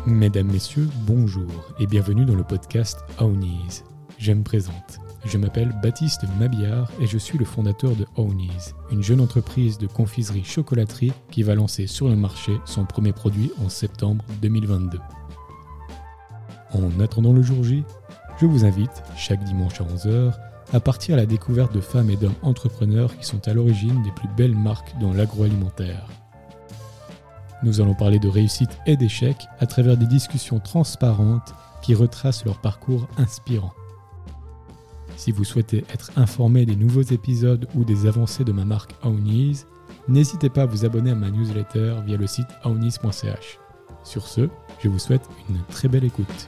Mesdames, Messieurs, bonjour et bienvenue dans le podcast Ownies. Je me présente. Je m'appelle Baptiste Mabillard et je suis le fondateur de Ownies, une jeune entreprise de confiserie-chocolaterie qui va lancer sur le marché son premier produit en septembre 2022. En attendant le jour J, je vous invite, chaque dimanche à 11h, à partir à la découverte de femmes et d'hommes entrepreneurs qui sont à l'origine des plus belles marques dans l'agroalimentaire. Nous allons parler de réussite et d'échecs à travers des discussions transparentes qui retracent leur parcours inspirant. Si vous souhaitez être informé des nouveaux épisodes ou des avancées de ma marque Ownies, n'hésitez pas à vous abonner à ma newsletter via le site ownies.ch. Sur ce, je vous souhaite une très belle écoute.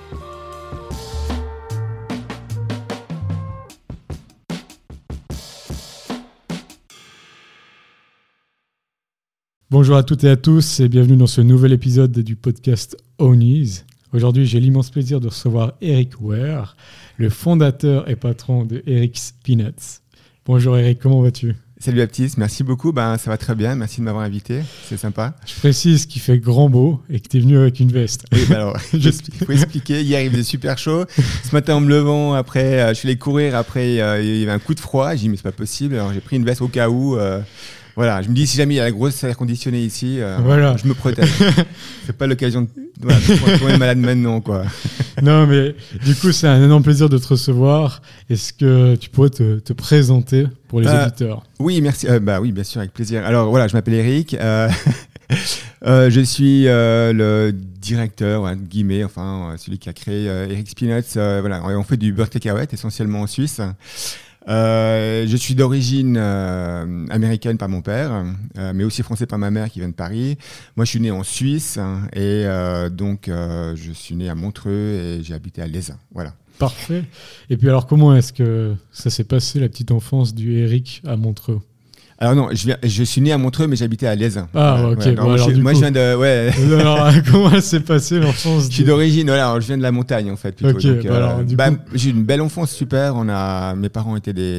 Bonjour à toutes et à tous et bienvenue dans ce nouvel épisode du podcast Ownies. Aujourd'hui, j'ai l'immense plaisir de recevoir Eric Ware, le fondateur et patron de Eric's Peanuts. Bonjour Eric, comment vas-tu ? Salut Baptiste, merci beaucoup, ça va très bien, merci de m'avoir invité, c'est sympa. Je précise qu'il fait grand beau et que tu es venu avec une veste. Oui, alors, il faut expliquer, hier il faisait super chaud, ce matin en me levant, après je suis allé courir, après il y avait un coup de froid, j'ai dit mais c'est pas possible, alors j'ai pris une veste au cas où. Voilà, je me dis si jamais il y a la grosse air conditionné ici, je me protège. C'est pas l'occasion de tomber malade maintenant, quoi. Non, mais du coup, c'est un énorme plaisir de te recevoir. Est-ce que tu pourrais te présenter pour les auditeurs ? Oui, merci. Oui, bien sûr, avec plaisir. Alors voilà, je m'appelle Eric. Je suis le directeur, guillemets, celui qui a créé Eric's Peanuts. On fait du beurre cacahuète essentiellement en Suisse. Je suis d'origine américaine par mon père, mais aussi français par ma mère qui vient de Paris. Moi, je suis né en Suisse et donc je suis né à Montreux et j'ai habité à Lézin. Voilà. Parfait. Et puis alors, comment est-ce que ça s'est passé la petite enfance du Eric à Montreux ? Alors non, je suis né à Montreux, mais j'habitais à Lézin. Ah, ok. Moi, je viens de... Ouais. Alors, comment elle s'est passée l'enfance ? Je suis d'origine, je viens de la montagne, en fait. Plutôt. Ok, donc, j'ai eu une belle enfance, super. Mes parents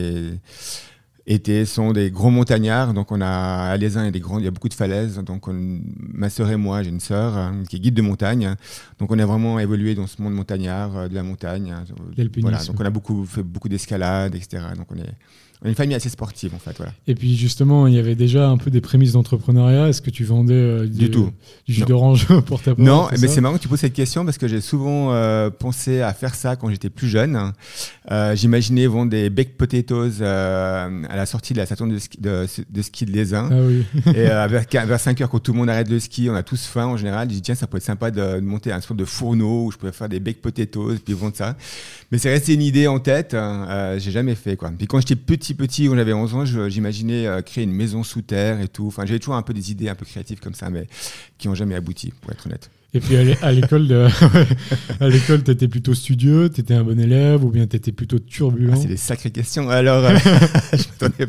sont des gros montagnards. Donc, à Lézin, il y a beaucoup de falaises. Donc, ma sœur et moi, j'ai une sœur qui est guide de montagne. Donc, on a vraiment évolué dans ce monde montagnard, de la montagne. Voilà. Donc, on a fait beaucoup d'escalade, etc. Donc, on est une famille assez sportive, en fait. Voilà. Et puis, justement, il y avait déjà un peu des prémices d'entrepreneuriat. Est-ce que tu vendais du jus d'orange pour ta part ? Non, mais c'est marrant que tu poses cette question parce que j'ai souvent pensé à faire ça quand j'étais plus jeune. J'imaginais vendre des baked potatoes à la sortie de la station de ski de Lézin. Ah oui. Et vers 5 heures, quand tout le monde arrête le ski, on a tous faim en général. J'ai dit, tiens, ça pourrait être sympa de monter un sorte de fourneau où je pourrais faire des baked potatoes puis vendre ça. Mais c'est resté une idée en tête. J'ai jamais fait, quoi. Puis quand j'étais petit, quand j'avais 11 ans, j'imaginais créer une maison sous terre et tout. J'avais toujours un peu des idées un peu créatives comme ça, mais qui n'ont jamais abouti, pour être honnête. Et puis à l'école, t'étais plutôt studieux, t'étais un bon élève ou bien t'étais plutôt turbulent ? C'est des sacrées questions. Alors, je m'attendais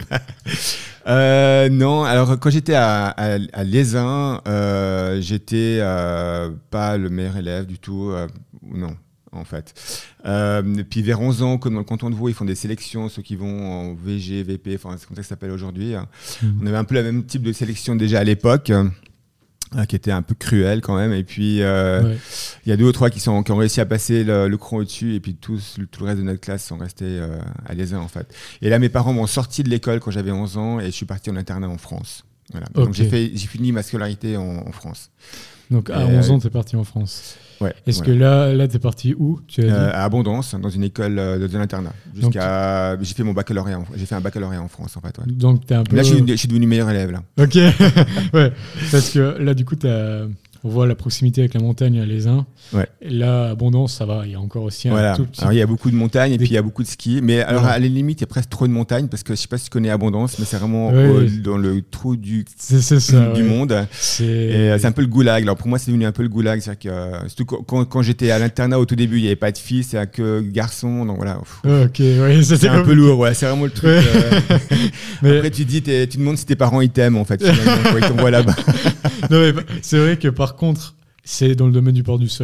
pas. Non, alors quand j'étais à Lézin, j'étais pas le meilleur élève du tout. Non. En fait. Puis vers 11 ans, comme dans le canton de Vaud, ils font des sélections, ceux qui vont en VG, VP, c'est comme ça que ça s'appelle aujourd'hui. On avait un peu le même type de sélection déjà à l'époque, qui était un peu cruel quand même. Et puis, il y a 2 ou 3 qui ont réussi à passer le cran au-dessus, et puis tout le reste de notre classe sont restés à Lézin, en fait. Et là, mes parents m'ont sorti de l'école quand j'avais 11 ans, et je suis parti en internat en France. Voilà. Okay. Donc, j'ai fini ma scolarité en France. Donc, à 11 ans, tu es parti en France. Ouais, Est-ce que là t'es parti où ? À Abondance, dans une école de l'internat. J'ai fait mon baccalauréat. J'ai fait un baccalauréat en France, en fait. Ouais. Donc t'es un peu... Là, je suis devenu meilleur élève, là. Ok. Ouais. Parce que là, du coup, on voit la proximité avec la montagne à Lézin. Ouais. Et là, Abondance, ça va. Il y a encore aussi un tout petit... Alors, il y a beaucoup de montagnes et puis il y a beaucoup de ski. Mais alors, à la limite, il y a presque trop de montagnes parce que je ne sais pas si tu connais Abondance, mais c'est vraiment dans le trou du monde. C'est un peu le goulag. Alors, pour moi, c'est devenu un peu le goulag. C'est-à-dire que, surtout quand j'étais à l'internat au tout début, il n'y avait pas de filles, c'est que garçons. Donc voilà. Ok, oui, c'est un peu lourd. Ouais, c'est vraiment le truc. Mais... Après, tu te demandes si tes parents ils t'aiment en fait. Finalement, quand ils t'envoient là-bas. Non, mais c'est vrai que par contre, c'est dans le domaine du port du soleil.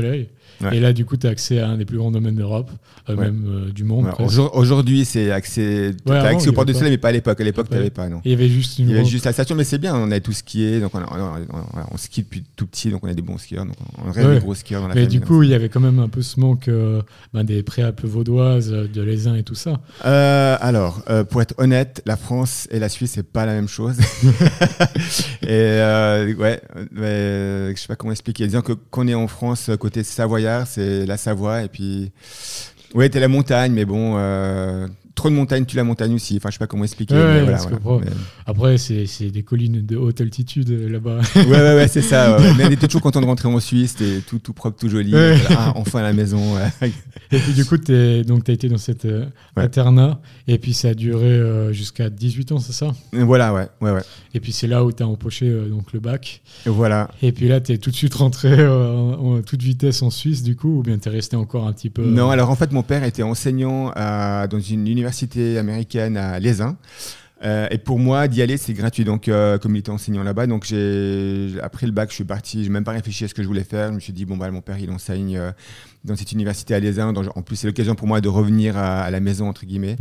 Et là, du coup, tu as accès à un des plus grands domaines d'Europe, même du monde. Aujourd'hui, c'est accès, t'as accès au Port du Soleil, mais pas à l'époque. À l'époque, tu n'avais pas, non. Il y avait juste la station, mais c'est bien, on avait tout skié, donc on skie depuis tout petit, donc on a des bons skieurs, donc on rêve des gros skieurs dans la famille. Mais du coup, il y avait quand même un peu ce manque des Préalpes vaudoises, de l'Aisin et tout ça. Alors, pour être honnête, la France et la Suisse, c'est pas la même chose. Et je sais pas comment expliquer. Disons que quand on est en France, côté savoyard, c'est la Savoie, et puis t'es la montagne, mais bon, trop de montagne, tu la montagne aussi. Enfin, je sais pas comment expliquer. Après, c'est des collines de haute altitude là-bas. Ouais, c'est ça. Mais on était toujours content de rentrer en Suisse, c'était tout propre, tout joli. Enfin à la maison. Et puis du coup, tu as été dans cette internat, et puis ça a duré jusqu'à 18 ans, c'est ça? Voilà, ouais. Et puis c'est là où tu as empoché donc le bac. Voilà. Et puis là, tu es tout de suite rentré en toute vitesse en Suisse, du coup, ou bien tu es resté encore un petit peu... Non, alors en fait, mon père était enseignant dans une université américaine à l'Aisin. Et pour moi, d'y aller, c'est gratuit. Donc, comme il était enseignant là-bas, donc après le bac, je suis parti. J'ai même pas réfléchi à ce que je voulais faire. Je me suis dit, mon père, il enseigne dans cette université à l'Aisin. En plus, c'est l'occasion pour moi de revenir à la maison, entre guillemets.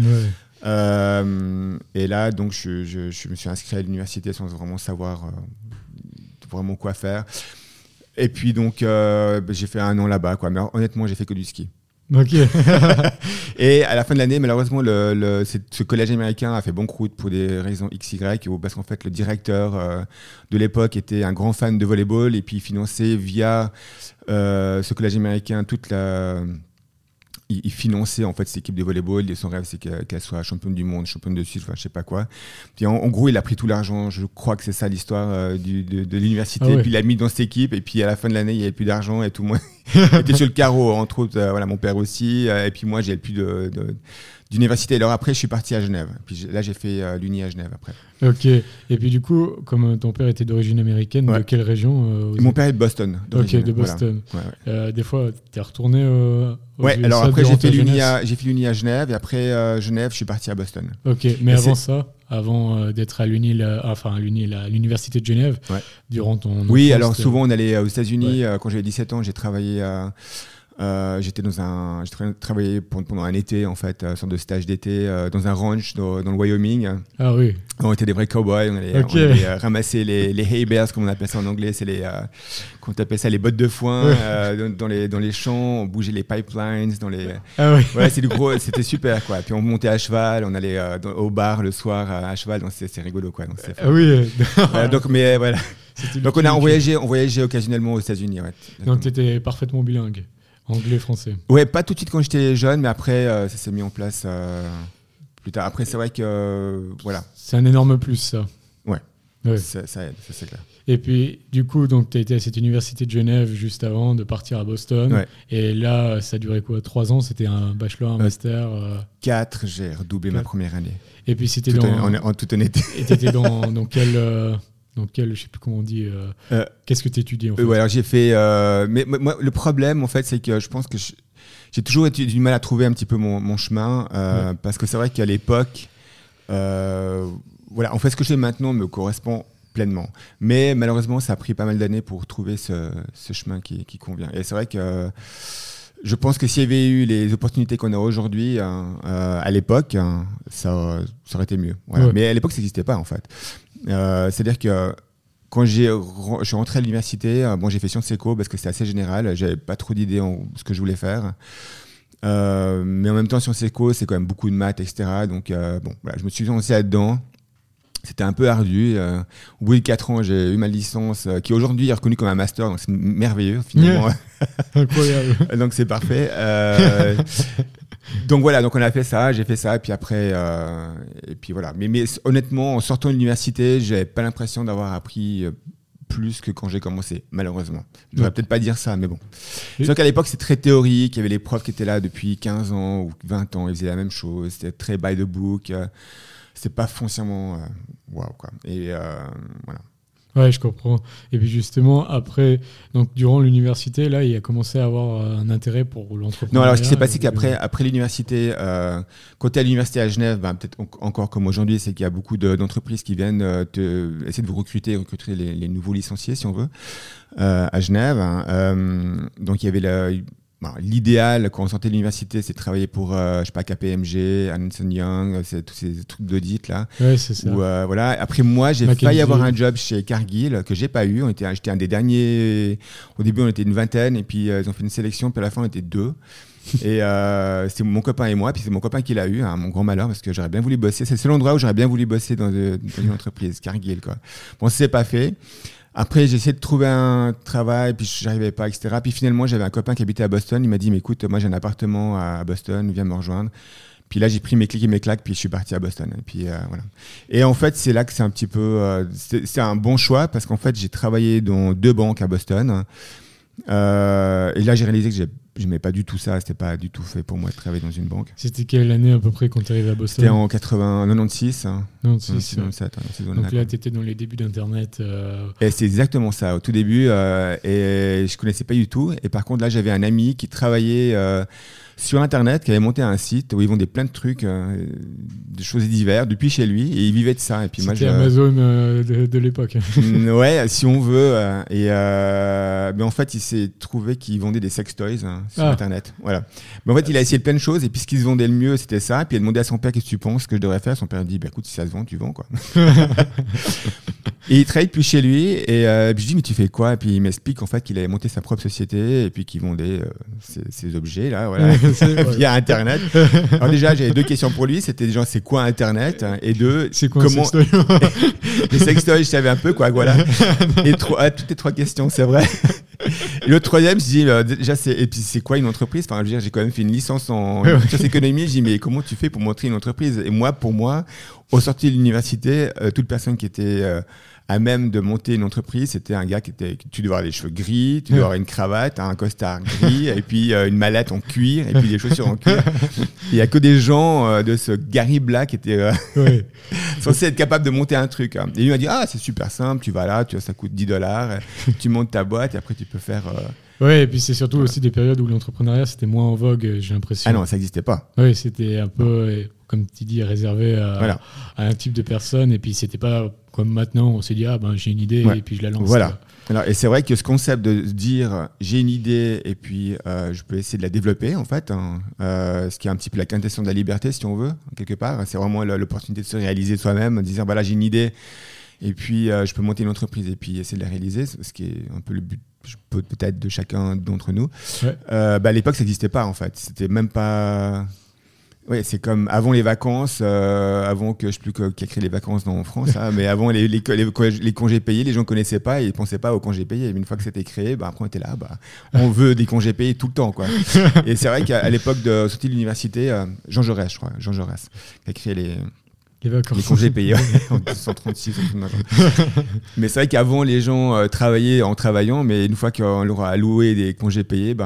Et là, donc, je me suis inscrit à l'université sans vraiment savoir vraiment quoi faire. Et puis, donc, j'ai fait 1 an là-bas, quoi. Mais honnêtement, j'ai fait que du ski. Ok. Et à la fin de l'année, malheureusement, ce collège américain a fait banqueroute pour des raisons XY, parce qu'en fait, le directeur de l'époque était un grand fan de volleyball, et puis il finançait via ce collège américain il finançait en fait cette équipe de volleyball, et son rêve c'est qu'elle soit championne du monde, championne de Suisse, enfin, je sais pas quoi. Puis en gros, il a pris tout l'argent, je crois que c'est ça l'histoire de l'université, et puis il l'a mis dans cette équipe, et puis à la fin de l'année, il n'y avait plus d'argent, et tout le monde était sur le carreau, entre autres, mon père aussi, et puis moi, j'ai plus d'université. Alors après, je suis parti à Genève. Puis là, j'ai fait l'Uni à Genève après. Ok. Et puis du coup, comme ton père était d'origine américaine, de quelle région Mon père est de Boston. Ok, de Boston. Voilà. Des fois, tu es retourné alors après, j'ai fait l'Uni à Genève, et après Genève, je suis parti à Boston. Ok, mais avant d'être à l'université de Genève, durant ton enfance, Oui, alors souvent, on allait aux États-Unis. Quand j'avais 17 ans, j'ai travaillé j'ai travaillé pendant un été, en fait, sorte de stage d'été dans un ranch dans le Wyoming. Ah oui. On était des vrais cowboys, on allait ramasser les hay bales, comme on appelle ça en anglais, c'est les bottes de foin dans les champs, on bougeait les pipelines c'était super, quoi. Puis on montait à cheval, on allait au bar le soir à cheval, donc c'est rigolo, quoi. Donc donc mais voilà. Donc on voyageait occasionnellement aux États-Unis. Donc tu étais parfaitement bilingue. Anglais-français. Ouais, pas tout de suite quand j'étais jeune, mais après, ça s'est mis en place plus tard. Après, c'est vrai que, voilà. C'est un énorme plus, ça. Ouais. Ça aide, ça, c'est clair. Et puis, du coup, tu as été à cette université de Genève juste avant de partir à Boston. Ouais. Et là, ça durait quoi? 3 ans? C'était un bachelor, un master 4, j'ai redoublé ma première année. Et puis, c'était en toute honnêteté. Et tu étais dans quel... Donc, je sais plus comment on dit. Qu'est-ce que tu étudies en fait? Alors j'ai fait. Mais moi, le problème, en fait, c'est que je pense que j'ai toujours du mal à trouver un petit peu mon chemin, parce que c'est vrai qu'à l'époque, en fait, ce que je fais maintenant me correspond pleinement. Mais malheureusement, ça a pris pas mal d'années pour trouver ce chemin qui convient. Et c'est vrai que je pense que s'il y avait eu les opportunités qu'on a aujourd'hui, à l'époque, ça aurait été mieux. Voilà. Mais à l'époque, ça n'existait pas, en fait. C'est-à-dire que quand je suis rentré à l'université, j'ai fait Sciences Éco parce que c'est assez général, j'avais pas trop d'idées en ce que je voulais faire, mais en même temps Sciences Éco c'est quand même beaucoup de maths, etc. Donc je me suis lancé là-dedans. C'était un peu ardu. Au bout de 4 ans, j'ai eu ma licence qui aujourd'hui est reconnue comme un master, donc c'est merveilleux finalement. Incroyable. Donc c'est parfait. Donc voilà, donc on a fait ça, j'ai fait ça, et puis après, et puis voilà. Mais honnêtement, en sortant de l'université, j'avais pas l'impression d'avoir appris plus que quand j'ai commencé, malheureusement. Je devrais peut-être pas dire ça, mais bon. C'est sûr qu'à l'époque, c'était très théorique, il y avait les profs qui étaient là depuis 15 ans ou 20 ans, ils faisaient la même chose, c'était très by the book, c'était pas foncièrement waouh, quoi. Et voilà. Ouais, je comprends. Et puis justement, après, donc durant l'université, là, il a commencé à avoir un intérêt pour l'entrepreneuriat. Non, alors ce qui s'est passé, après l'université, quand tu es à l'université à Genève, peut-être encore comme aujourd'hui, c'est qu'il y a beaucoup d'entreprises qui viennent essayer de vous recruter les nouveaux licenciés, si on veut, à Genève. Donc il y avait l'idéal quand on sortait de l'université, c'est de travailler pour, je sais pas, KPMG, Ernst & Young, tous ces trucs d'audit là. Ouais, c'est ça. Voilà. Après moi, j'ai failli avoir un job chez Cargill que j'ai pas eu. J'étais un des derniers. Au début, on était une vingtaine et puis ils ont fait une sélection. Puis à la fin, on était 2. Et c'était mon copain et moi. Puis c'est mon copain qui l'a eu, mon grand malheur, parce que j'aurais bien voulu bosser. C'est le seul endroit où j'aurais bien voulu bosser dans une entreprise, Cargill, quoi. Bon, c'est pas fait. Après, j'ai essayé de trouver un travail, puis je n'arrivais pas, etc. Puis finalement, j'avais un copain qui habitait à Boston. Il m'a dit, mais écoute, moi j'ai un appartement à Boston, viens me rejoindre. Puis là, j'ai pris mes clics et mes claques, puis je suis parti à Boston. Et puis voilà. Et en fait, c'est là que c'est un petit peu, c'est un bon choix parce qu'en fait, j'ai travaillé dans 2 banques à Boston. Et là, j'ai réalisé que je n'aimais pas du tout ça. C'était pas du tout fait pour moi de travailler dans une banque. C'était quelle année à peu près quand tu arrives à Boston? C'était en 96. 96, 97. Donc là, tu étais dans les débuts d'Internet. Et c'est exactement ça. Au tout début, et je connaissais pas du tout. Et par contre, là, j'avais un ami qui travaillait sur Internet, qui avait monté un site où ils vendaient plein de trucs, des choses diverses depuis chez lui, et il vivait de ça. Et puis c'était Amazon de l'époque. Ouais, si on veut. Mais en fait, il s'est trouvé qu'il vendait des sex toys sur Internet. Voilà. Mais en fait, il a essayé plein de choses, et puis ce qui se vendait le mieux, c'était ça. Et puis il a demandé à son père, qu'est-ce que tu penses que je devrais faire? Son père a dit, écoute, si ça se vend, tu vends, quoi. Et il travaille depuis chez lui, et puis je dis, mais tu fais quoi? Et puis il m'explique en fait qu'il avait monté sa propre société, et puis qu'il vendait ces objets là, voilà. Via Internet. Alors déjà, j'avais 2 questions pour lui. C'était déjà, c'est quoi Internet? Et 2, c'est quoi comment les sextoys, je savais un peu quoi, voilà. Et toutes les 3 questions, c'est vrai. Et le 3e, je dis déjà, et puis c'est quoi une entreprise? Enfin, je veux dire, j'ai quand même fait une licence en sciences économiques. Je dis, mais comment tu fais pour montrer une entreprise? Et moi, pour moi, au sorti de l'université, toute personne qui était à même de monter une entreprise, c'était un gars tu devais avoir les cheveux gris, tu devais avoir une cravate, un costard gris, et puis une mallette en cuir, et puis des chaussures en cuir. Il n'y a que des gens de ce garible-là qui étaient censés être capables de monter un truc. Et lui m'a dit, c'est super simple, tu vas là, ça coûte $10, tu montes ta boîte, et après tu peux faire... Ouais, et puis c'est surtout aussi des périodes où l'entrepreneuriat c'était moins en vogue, j'ai l'impression. Ah non, ça n'existait pas. Oui, c'était un peu, comme tu dis, réservé à un type de personne. Et puis c'était pas comme maintenant, on s'est dit, j'ai une idée et puis je la lance. Voilà. Alors, et c'est vrai que ce concept de dire j'ai une idée et puis je peux essayer de la développer, en fait, ce qui est un petit peu la quintessence de la liberté, si on veut, quelque part. C'est vraiment l'opportunité de se réaliser soi-même, de dire voilà, j'ai une idée et puis je peux monter une entreprise et puis essayer de la réaliser, ce qui est un peu le but peut-être de chacun d'entre nous. Ouais. À l'époque, ça n'existait pas, en fait. C'était même pas... Oui, c'est comme avant les vacances, avant que je ne sais plus qui a créé les vacances en France, mais avant les congés payés, les gens ne connaissaient pas et ils ne pensaient pas aux congés payés. Mais une fois que c'était créé, après on était là, on veut des congés payés tout le temps, quoi. Et c'est vrai qu'à l'époque de sortie de l'université, Jean Jaurès, qui a créé les congés payés en 1936. Mais c'est vrai qu'avant, les gens travaillaient en travaillant, mais une fois qu'on leur a alloué des congés payés,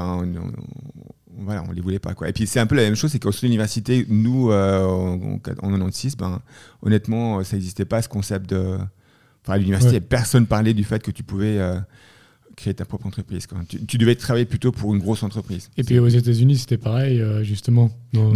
on les voulait pas, quoi. Et puis c'est un peu la même chose, c'est qu'au sein de l'université, nous, en 96, honnêtement, ça n'existait pas ce concept de... Enfin, à l'université, personne parlait du fait que tu pouvais créer ta propre entreprise, quoi. Tu devais travailler plutôt pour une grosse entreprise. Et puis aux États-Unis, c'était pareil, justement.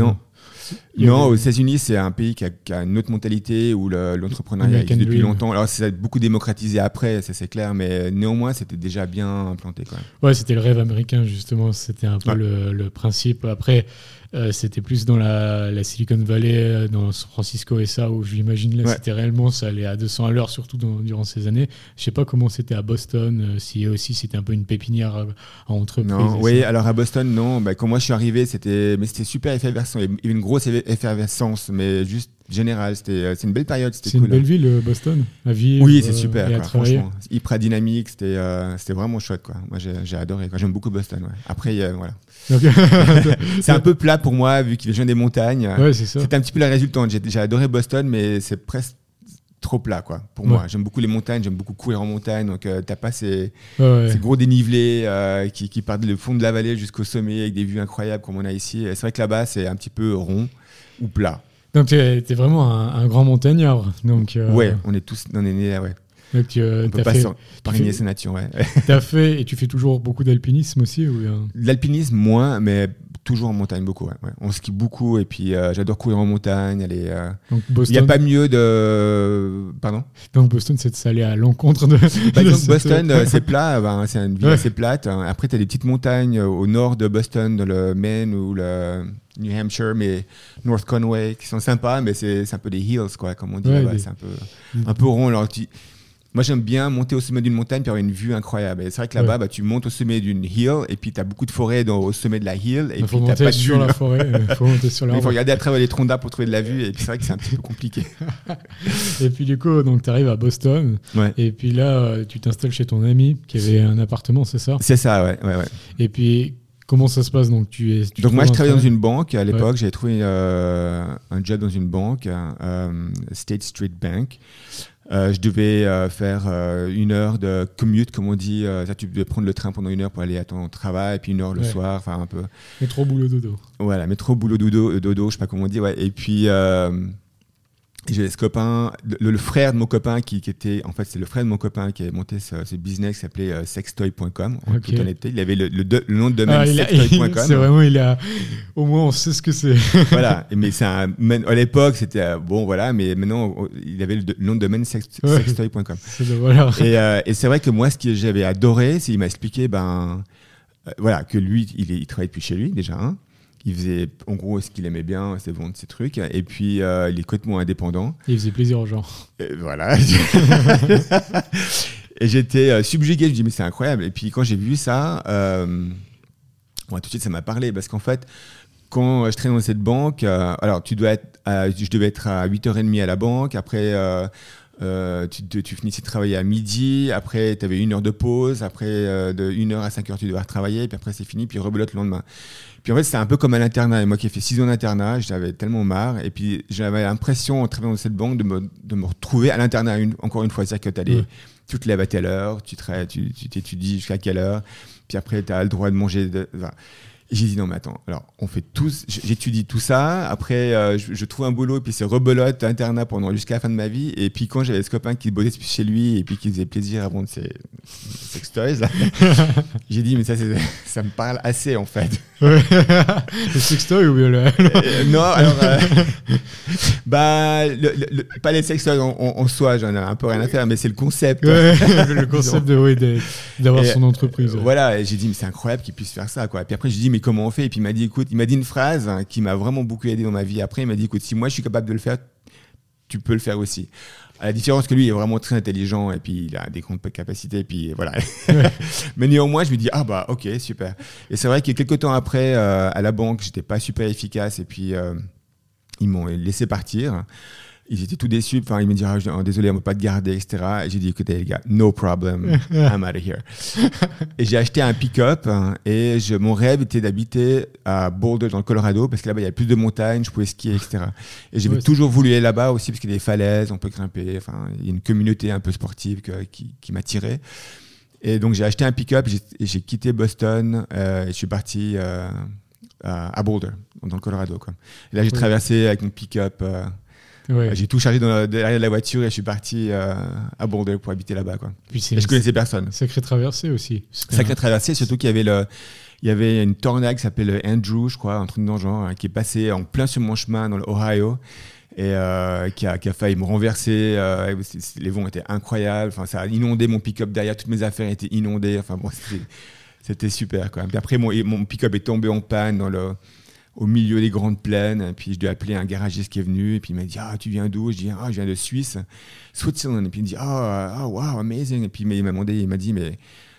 Non, aux États-Unis, c'est un pays qui a une autre mentalité où l'entrepreneuriat existe depuis longtemps. Alors, c'est beaucoup démocratisé après, ça c'est clair, mais néanmoins, c'était déjà bien implanté, quand même. Ouais, c'était le rêve américain, justement. C'était un peu le principe. Après, c'était plus dans la Silicon Valley, dans San Francisco et ça, où je l'imagine là, c'était réellement, ça allait à 200 à l'heure, surtout durant ces années. Je sais pas comment c'était à Boston, si aussi c'était un peu une pépinière à entreprise. Non, oui, alors à Boston, non. Quand moi je suis arrivé, c'était super effervescent. Il y avait une grosse effervescence, mais juste générale. C'est une belle période. C'est cool, une belle ville, Boston, à vivre. Oui, c'est super, quoi, franchement. Hyper dynamique, c'était vraiment chouette, quoi. Moi, j'ai adoré, quoi. J'aime beaucoup Boston. Ouais. Après, voilà. C'est un peu plat pour moi, vu qu'il vient des montagnes. Ouais, c'est ça. C'est un petit peu la résultante. J'ai adoré Boston, mais c'est presque trop plat, quoi, pour moi. J'aime beaucoup les montagnes, j'aime beaucoup courir en montagne, donc t'as pas ces gros dénivelés qui partent du fond de la vallée jusqu'au sommet avec des vues incroyables comme on a ici. C'est vrai que là-bas, c'est un petit peu rond ou plat. Donc t'es vraiment un grand montagnard. Donc ouais, on est nés là, ouais. Donc, On peut pas s'épargner sa nature, ouais. T'as fait, et tu fais toujours beaucoup d'alpinisme aussi ou... L'alpinisme, moins, mais toujours en montagne, beaucoup. Ouais. On skie beaucoup, et puis j'adore courir en montagne. Donc il n'y a pas mieux de... Pardon ? Donc Boston, c'est aller à l'encontre de... Donc Boston, c'est plat, c'est une ville assez plate. Après, tu as des petites montagnes au nord de Boston, dans le Maine ou le New Hampshire, mais North Conway, qui sont sympas, mais c'est un peu des hills, quoi, comme on dit. C'est un peu rond. Alors, moi, j'aime bien monter au sommet d'une montagne et avoir une vue incroyable. Et c'est vrai que là-bas, tu montes au sommet d'une hill et puis tu as beaucoup de forêt au sommet de la hill. Et il faut monter sur la forêt, il faut monter sur l'arbre. Il faut regarder à travers les troncs d'arbres pour trouver de la vue. Et puis c'est vrai que c'est un petit peu compliqué. Et puis du coup, tu arrives à Boston. Ouais. Et puis là, tu t'installes chez ton ami qui avait un appartement, c'est ça ? C'est ça, ouais. Et puis, comment ça se passe ? Donc, moi, je travaillais dans une banque à l'époque. J'avais trouvé un job dans une banque, State Street Bank. Je devais faire 1 heure de commute, comme on dit. Tu devais prendre le train pendant 1 heure pour aller à ton travail, et puis 1 heure le soir, enfin un peu. Métro, boulot, dodo. Voilà, métro, boulot, dodo, je sais pas comment on dit. Ouais. Et puis j'avais ce copain, le frère de mon copain qui était, en fait, c'est le frère de mon copain qui avait monté ce business qui s'appelait sextoy.com. En toute honnêteté, il avait le nom de domaine sextoy.com. C'est vraiment, au moins on sait ce que c'est. Voilà, mais à l'époque c'était bon, voilà, mais maintenant il avait le nom de domaine sextoy.com. Et c'est vrai que moi, ce que j'avais adoré, c'est qu'il m'a expliqué, voilà, que lui, il travaillait depuis chez lui déjà. Il faisait en gros ce qu'il aimait bien, c'est vendre ses trucs. Et puis, il est complètement indépendant. Il faisait plaisir aux gens. Et voilà. Et j'étais subjugué. Je me dis, mais c'est incroyable. Et puis, quand j'ai vu ça, tout de suite, ça m'a parlé. Parce qu'en fait, quand je traînais dans cette banque, alors, je devais être à 8h30 à la banque. Après, tu finissais de travailler à midi. Après, tu avais 1 heure de pause. Après, de 1h à 5h, tu devais retravailler. Puis après, c'est fini. Puis rebelote le lendemain. Puis en fait, c'était un peu comme à l'internat. Et moi qui ai fait 6 ans d'internat, j'avais tellement marre. Et puis j'avais l'impression, en travaillant dans cette banque, de me retrouver à l'internat encore une fois. C'est-à-dire que tu te lèves à telle heure, tu t'étudies jusqu'à quelle heure. Puis après, tu as le droit de manger. Et j'ai dit non, mais attends, alors on fait tous, j'étudie tout ça. Après, je trouve un boulot, et puis c'est rebelote, internat jusqu'à la fin de ma vie. Et puis quand j'avais ce copain qui bossait chez lui, et puis qui faisait plaisir à vendre ses sextoys, j'ai dit, mais ça me parle assez en fait. Le sextoy ou bien non, alors, pas les sextoys en soi, j'en ai un peu rien à faire, mais c'est le concept. Le concept d'avoir son entreprise. Voilà, et j'ai dit, mais c'est incroyable qu'il puisse faire ça, quoi. Et puis après, j'ai dit, mais comment on fait ? Et puis il m'a dit une phrase qui m'a vraiment beaucoup aidé dans ma vie. Après, il m'a dit, écoute, si moi je suis capable de le faire, tu peux le faire aussi. À la différence que lui, il est vraiment très intelligent et puis il a des grandes capacités. Et puis voilà. Mais néanmoins, je me dis, ok, super. Et c'est vrai que quelques temps après, à la banque, j'étais pas super efficace et puis ils m'ont laissé partir. Ils étaient tout déçus. Enfin, ils me disaient, désolé, on ne va pas te garder, etc. Et j'ai dit, écoutez, les gars, no problem, I'm out of here. Et j'ai acheté un pick-up et mon rêve était d'habiter à Boulder, dans le Colorado, parce que là-bas, il y a plus de montagnes, je pouvais skier, etc. Et j'avais toujours voulu aller là-bas aussi, parce qu'il y a des falaises, on peut grimper. Enfin, il y a une communauté un peu sportive qui m'attirait. Et donc, j'ai acheté un pick-up et j'ai quitté Boston et je suis parti à Boulder, dans le Colorado, quoi. Et là, j'ai traversé avec mon pick-up. J'ai tout chargé derrière la voiture et je suis parti à Boulder pour habiter là-bas, quoi. Et je connaissais personne. Sacrée traversée aussi. Sacrée traversée, surtout qu'il y avait une tornade qui s'appelait Andrew, je crois, un truc dans le genre, qui est passé en plein sur mon chemin dans l'Ohio et qui a failli me renverser. Les vents étaient incroyables. Enfin, ça a inondé mon pick-up derrière. Toutes mes affaires étaient inondées. Enfin bon, c'était super, quoi. Puis après, mon pick-up est tombé en panne au milieu des grandes plaines, et puis je dois appeler un garagiste qui est venu, et puis il m'a dit, tu viens d'où ? Je dis, je viens de Suisse, Switzerland. Et puis il me dit, wow, amazing. Et puis il m'a dit, mais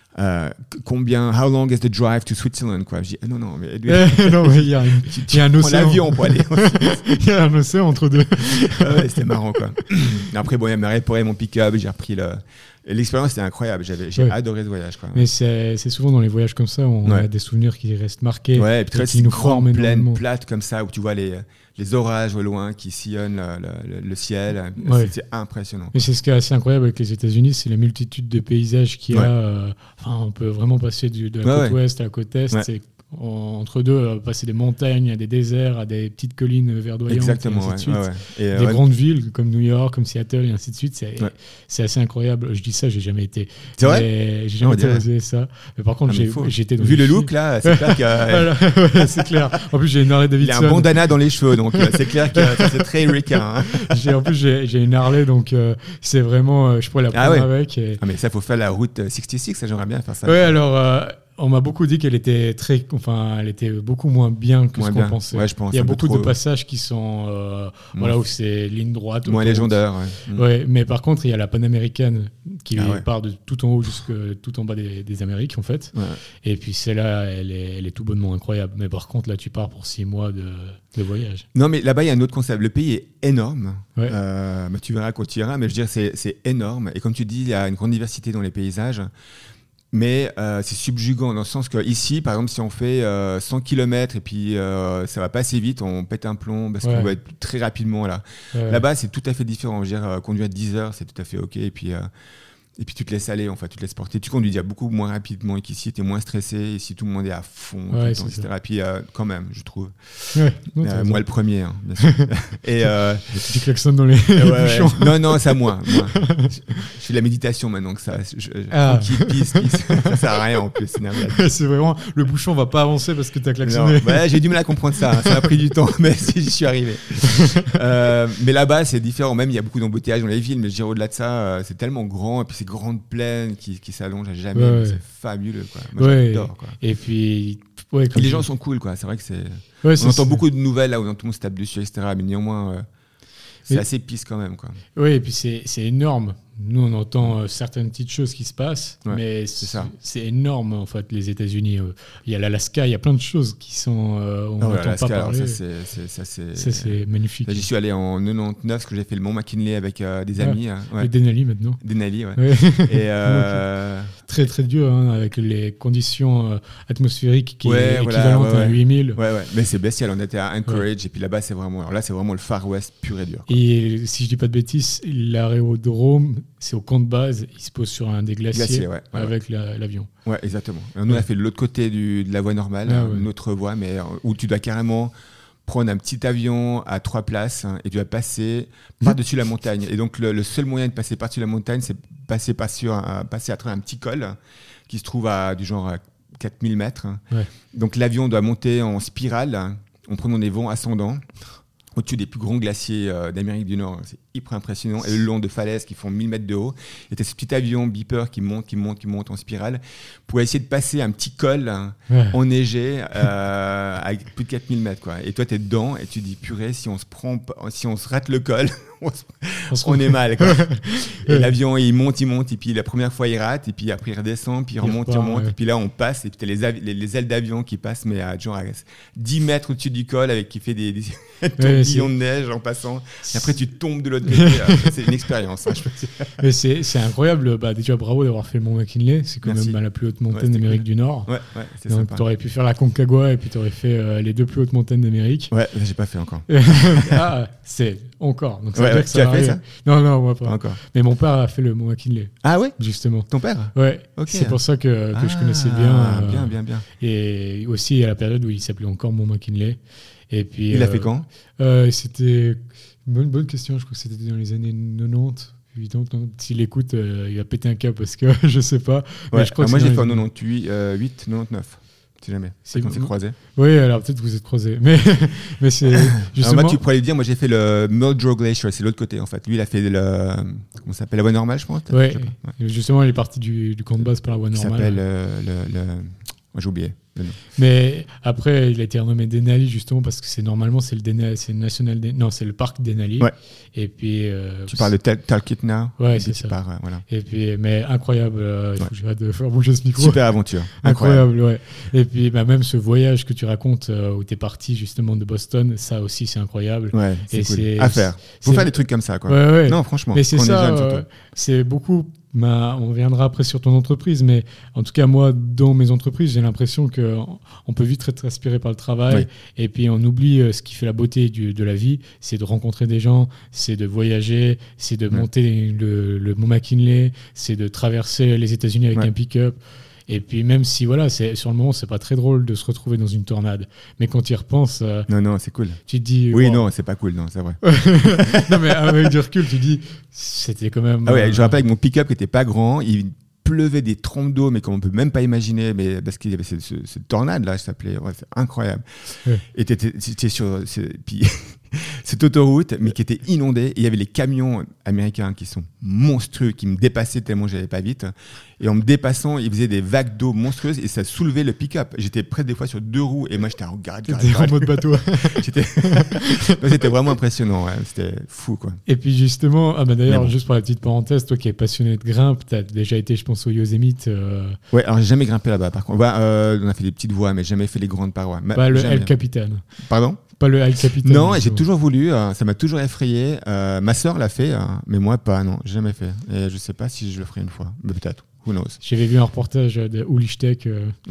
how long is the drive to Switzerland, quoi. Je dis, non, mais il y a un océan. L'avion pour aller. Il y a un océan entre deux. C'était marrant, quoi. Après, il m'a réparé mon pick-up, j'ai repris l'expérience était incroyable, j'ai adoré ce voyage, quoi. Mais c'est souvent dans les voyages comme ça où on a des souvenirs qui restent marqués. Ouais, et puis qui nous forment énormément. Plaine plate comme ça où tu vois les orages au loin qui sillonnent le ciel. C'est impressionnant. Mais c'est ce qui est assez incroyable avec les États-Unis, c'est la multitude de paysages qu'il y a. On peut vraiment passer de la côte ouest à la côte est. entre deux, passer des montagnes à des déserts, à des petites collines verdoyantes. Exactement, et ainsi de suite. Et, des grandes villes comme New York, comme Seattle et ainsi de suite. C'est assez incroyable. Je dis ça, j'ai jamais été. C'est vrai? J'ai jamais osé ça. Mais par contre, j'étais dans vu le look là, c'est clair que c'est clair. En plus, j'ai une Harley Davidson. Il a un bandana dans les cheveux, donc c'est clair que c'est très ricain. En plus, j'ai une Harley, donc c'est vraiment, je pourrais la prendre avec. Mais ça, faut faire la route 66, ça j'aimerais bien faire ça. Ouais, alors on m'a beaucoup dit qu'elle était elle était beaucoup moins bien que ce qu'on pensait. Ouais, je pense. Il y a beaucoup de passages qui sont où c'est ligne droite. Moins légendaire. Ouais, mais par contre, il y a la panaméricaine qui part de tout en haut jusqu'à tout en bas des Amériques en fait. Ouais. Et puis celle-là, elle est tout bonnement incroyable. Mais par contre, là, tu pars pour 6 mois de voyage. Non, mais là-bas, il y a un autre concept. Le pays est énorme. Ouais. Tu verras quand tu iras. Mais je veux dire, c'est énorme. Et comme tu dis, il y a une grande diversité dans les paysages. Mais c'est subjugant dans le sens qu'ici, par exemple, si on fait 100 km et puis ça va pas assez vite, on pète un plomb parce qu'on va être très rapidement là. Ouais. Là-bas, c'est tout à fait différent. Je veux dire, conduire à 10 heures, c'est tout à fait OK. Et puis tu te laisses aller, en fait, tu te laisses porter. Tu conduis déjà beaucoup moins rapidement qu'ici, tu es moins stressé. Ici, tout le monde est à fond, tout le temps, etc. Et puis, quand même, je trouve. Ouais, moi, le premier, hein, bien sûr. Et, tu klaxonnes dans les bouchons. Non, c'est à moi. Je fais de la méditation maintenant que ça. Pisse. Ça sert à rien en plus. C'est vraiment. Le bouchon va pas avancer parce que tu as klaxonné. J'ai du mal à comprendre ça. Ça a pris du temps, mais si j'y suis arrivé. Mais là-bas, c'est différent. Même, il y a beaucoup d'embouteillages dans les villes, mais je dirais au-delà de ça, c'est tellement grand. Et puis, c'est grande plaine qui s'allonge à jamais. C'est fabuleux, quoi. Moi, j'adore, quoi. Et puis, les gens sont cool, quoi. C'est vrai que c'est. On entend beaucoup de nouvelles là où tout le monde se tape dessus, etc. Mais néanmoins, c'est assez pisse quand même, quoi. Oui, et puis c'est énorme. Nous, on entend certaines petites choses qui se passent, mais c'est énorme, en fait, les États-Unis. Il y a l'Alaska, il y a plein de choses qui sont. On n'entend pas parler. Alors ça, c'est magnifique. Là, j'y suis allé en 99, parce que j'ai fait le Mont McKinley avec des amis. Le Denali, maintenant. Denali, Et très, très dur, hein, avec les conditions atmosphériques qui est équivalentes à 8000. Mais c'est bestial. On était à Anchorage, et puis là-bas, c'est vraiment le Far West pur et dur, quoi. Et si je dis pas de bêtises, l'aérodrome, c'est au camp de base, il se pose sur un des glaciers avec l'avion. Ouais, exactement. Nous, on a fait de l'autre côté de la voie normale, une autre voie, mais où tu dois carrément prendre un petit avion à 3 places et tu vas passer par-dessus la montagne. Et donc, le seul moyen de passer par-dessus la montagne, c'est passer à travers un petit col qui se trouve à du genre 4000 mètres. Ouais. Donc, l'avion doit monter en spirale en prenant des vents ascendants au-dessus des plus grands glaciers d'Amérique du Nord. C'est hyper impressionnant. Et le long de falaises qui font 1000 mètres de haut. Et tu as ce petit avion beeper qui monte en spirale pour essayer de passer un petit col enneigé avec plus de 4000 mètres, quoi. Et toi, tu es dedans et tu te dis, purée, si on se rate le col, on est mal, quoi. Et l'avion, il monte. Et puis la première fois, il rate. Et puis après, il redescend. Puis il remonte. Et puis là, on passe. Et puis tu as les ailes d'avion qui passent, mais à genre 10 mètres au-dessus du col, qui fait des tourbillons de neige en passant. Et après, tu tombes de l'autre côté. C'est une expérience. Mais c'est incroyable. Déjà, bravo d'avoir fait le Mont McKinley. C'est quand même la plus haute montagne d'Amérique du Nord. C'est donc, tu aurais pu faire la Concagua et puis tu aurais fait les 2 plus hautes montagnes d'Amérique. Ouais, j'ai pas fait encore. C'est encore. Donc, tu as fait ça? Non, moi pas. Encore. Mais mon père a fait le Mont McKinley. Ah ouais? Justement. Ton père? Ouais. Okay. C'est pour ça que je connaissais bien. Bien. Et aussi à la période où il s'appelait encore Mont McKinley. Et puis, il a fait quand? C'était une bonne question. Je crois que c'était dans les années 90. Évidemment, s'il écoute, il va péter un câble parce que je sais pas. Ouais. Mais je crois moi, j'ai fait en 98, 99. Si jamais. C'est quand on s'est croisés. Oui, alors peut-être que vous êtes croisés. Mais c'est justement. Alors moi, tu pourrais le dire, moi j'ai fait le Muldrow Glacier, c'est l'autre côté en fait. Lui, il a fait comment ça s'appelle, la voie normale, je pense. Oui, justement, il est parti du camp de base par la voie normale. Il s'appelle moi, j'ai oublié. Mais après, il a été renommé Denali justement parce que c'est le parc Denali. Ouais. Et puis. Tu parles de Talkeetna. Ouais, c'est ça. Voilà. Et puis, mais incroyable. Il faut que j'arrête de faire bouger ce micro. Super aventure. Incroyable, ouais. Et puis, même ce voyage que tu racontes où tu es parti justement de Boston, ça aussi, c'est incroyable. Ouais, c'est cool. À faire. Faut faire des trucs comme ça, quoi. Ouais. Non, franchement. Mais c'est ça. C'est beaucoup. On reviendra après sur ton entreprise, mais en tout cas, moi, dans mes entreprises, j'ai l'impression qu'on peut vite être aspiré par le travail et puis on oublie ce qui fait la beauté de la vie, c'est de rencontrer des gens, c'est de voyager, c'est de monter le Mont McKinley, c'est de traverser les États-Unis avec un pick-up. Et puis même si voilà, sur le moment c'est pas très drôle de se retrouver dans une tornade, mais quand tu y repenses, non, c'est cool. Tu te dis oui, wow. non, c'est pas cool, non, c'est vrai. Non mais avec du recul, tu dis c'était quand même. Ah ouais, je rappelle avec mon pick-up qui était pas grand, il pleuvait des trompes d'eau, mais qu'on peut même pas imaginer, mais parce qu'il y avait cette tornade là, ça s'appelait, c'est incroyable. Ouais. Et t'étais sur, puis cette autoroute, mais qui était inondée. Et il y avait les camions américains qui sont monstrueux, qui me dépassaient tellement j'allais pas vite. Et en me dépassant, ils faisaient des vagues d'eau monstrueuses et ça soulevait le pick-up. J'étais près des fois sur 2 roues et moi j'étais en garde. T'étais en mode bateau. C'était vraiment impressionnant. Ouais. C'était fou, quoi. Et puis justement, d'ailleurs, juste pour la petite parenthèse, toi qui es passionné de grimpe, t'as déjà été, je pense, au Yosemite. Ouais, alors j'ai jamais grimpé là-bas. Par contre, on a fait des petites voies, mais jamais fait les grandes parois. Pas le jamais. El Capitan. Pardon? Pas le El Capitan. Non, j'ai toujours voulu, ça m'a toujours effrayé. Ma sœur l'a fait, mais moi pas, non, jamais fait. Et je sais pas si je le ferai une fois, mais peut-être, who knows. J'avais vu un reportage de Ulichtek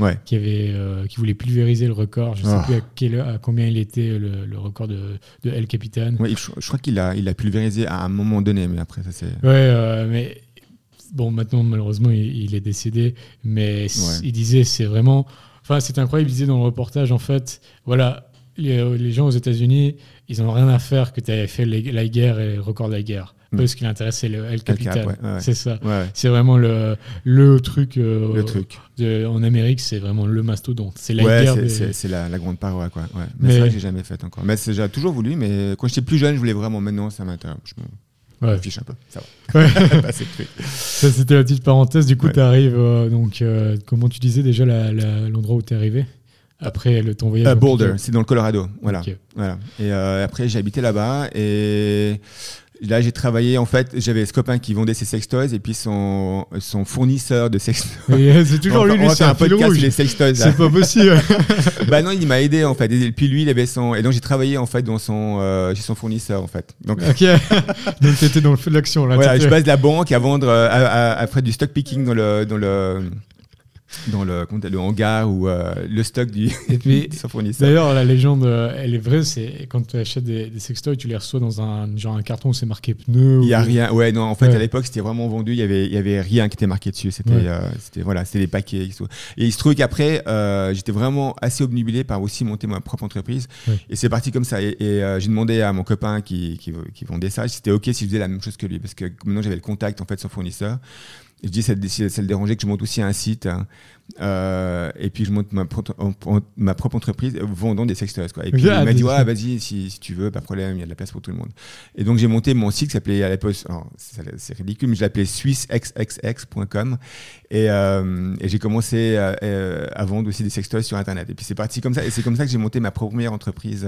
qui voulait pulvériser le record. Je sais plus à combien il était le record de El Capitan. Ouais, je crois qu'il a pulvérisé à un moment donné, mais après ça c'est. Ouais, mais bon, maintenant malheureusement il est décédé, mais il disait c'est vraiment, enfin c'est incroyable. Il disait dans le reportage en fait, voilà. Les gens aux États-Unis, ils n'ont rien à faire que tu aies fait la guerre et le record de la guerre. Eux, ce qui l'intéresse, c'est le El Capitan. C'est ça. Ouais. C'est vraiment le truc. Le truc. En Amérique, c'est vraiment le mastodonte. C'est la guerre. C'est la grande paroi, quoi. Ouais. Mais c'est vrai que j'ai jamais fait encore. Mais j'ai toujours voulu, mais quand j'étais plus jeune, je voulais vraiment. Maintenant, ça m'intéresse. Je me fiche un peu. Ça va. Ça, c'était la petite parenthèse. Du coup, tu arrives. Comment tu disais déjà l'endroit où tu es arrivé? Après ton voyage Boulder, c'est dans le Colorado. Voilà. Okay. Voilà. Et après, j'ai habité là-bas et là, j'ai travaillé. En fait, j'avais ce copain qui vendait ses sextoys et puis son fournisseur de sextoys. C'est toujours lui, c'est un podcast sur les sextoys. C'est pas possible. Bah non, il m'a aidé en fait. Et puis lui, il avait son. Et donc j'ai travaillé en fait chez son fournisseur en fait. Donc. Ok. Donc t'étais dans le feu de l'action là. Voilà, je passe de la banque à vendre après du stock picking dans le hangar ou le stock de son fournisseur. D'ailleurs, la légende, elle est vraie, c'est quand tu achètes des sextoys, tu les reçois dans un carton où c'est marqué pneus. Il n'y a rien. Ouais, non, en fait, à l'époque, c'était vraiment vendu. Il y avait rien qui était marqué dessus. C'était des paquets. Et il se trouve qu'après, j'étais vraiment assez obnubilé par aussi monter ma propre entreprise. Ouais. Et c'est parti comme ça. Et j'ai demandé à mon copain qui vendait ça, si c'était OK si je faisais la même chose que lui. Parce que maintenant, j'avais le contact, en fait, son fournisseur. Et je dis, ça le dérangeait que je monte aussi un site et puis je monte ma propre entreprise vendant des sextoys. Quoi. Et puis il m'a dit, vas-y, si tu veux, pas de problème, il y a de la place pour tout le monde. Et donc j'ai monté mon site qui s'appelait à l'époque, c'est ridicule, mais je l'appelais swissxxx.com et j'ai commencé à vendre aussi des sextoys sur Internet. Et puis c'est parti comme ça, et c'est comme ça que j'ai monté ma première entreprise.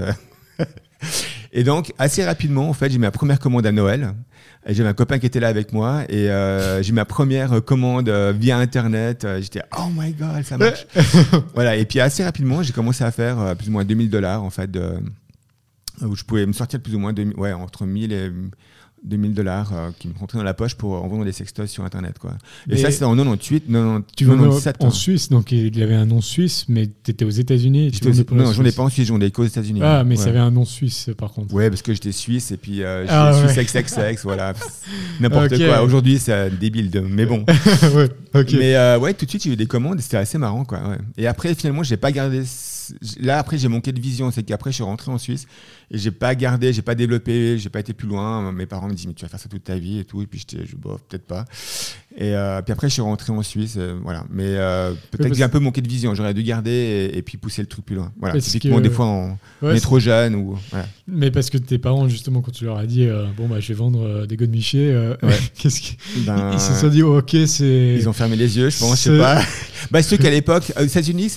Et donc, assez rapidement, en fait, j'ai ma première commande à Noël. Et j'avais un copain qui était là avec moi. Et j'ai ma première commande via Internet. J'étais, oh my God, ça marche. Voilà. Et puis, assez rapidement, j'ai commencé à faire plus ou moins $2,000, en fait, où je pouvais me sortir de plus ou moins entre 1 000 et $2,000 qui me rentraient dans la poche pour en vendre des sextoys sur Internet, quoi. Et ça, c'était en 98, 97. En Suisse, donc il avait un nom suisse, mais tu étais aux États-Unis. Non, je vendais pas en Suisse, je vendais qu'aux États-Unis. Ah, mais ça avait un nom suisse, par contre. Ouais, parce que j'étais suisse et puis j'étais suisse XXX, voilà. N'importe quoi. Aujourd'hui, c'est débile, mais bon. Ouais, okay. Mais tout de suite, j'ai eu des commandes et c'était assez marrant, quoi. Ouais. Et après, finalement, j'ai pas gardé. Là, après, j'ai manqué de vision. C'est qu'après, je suis rentré en Suisse et j'ai pas gardé, j'ai pas développé, j'ai pas été plus loin. Mes parents me disent, mais tu vas faire ça toute ta vie et tout. Et puis, peut-être pas. Et puis après, je suis rentré en Suisse. Voilà. Mais peut-être que j'ai un peu manqué de vision. J'aurais dû garder et puis pousser le truc plus loin. Voilà. Typiquement, des fois, on est trop jeune. Voilà. Mais parce que tes parents, justement, quand tu leur as dit, je vais vendre des godemichés, qu'est-ce ils se sont dit, OK, c'est. Ils ont fermé les yeux, je pense, je sais pas. C'est sûr qu'à l'époque, aux États-Unis,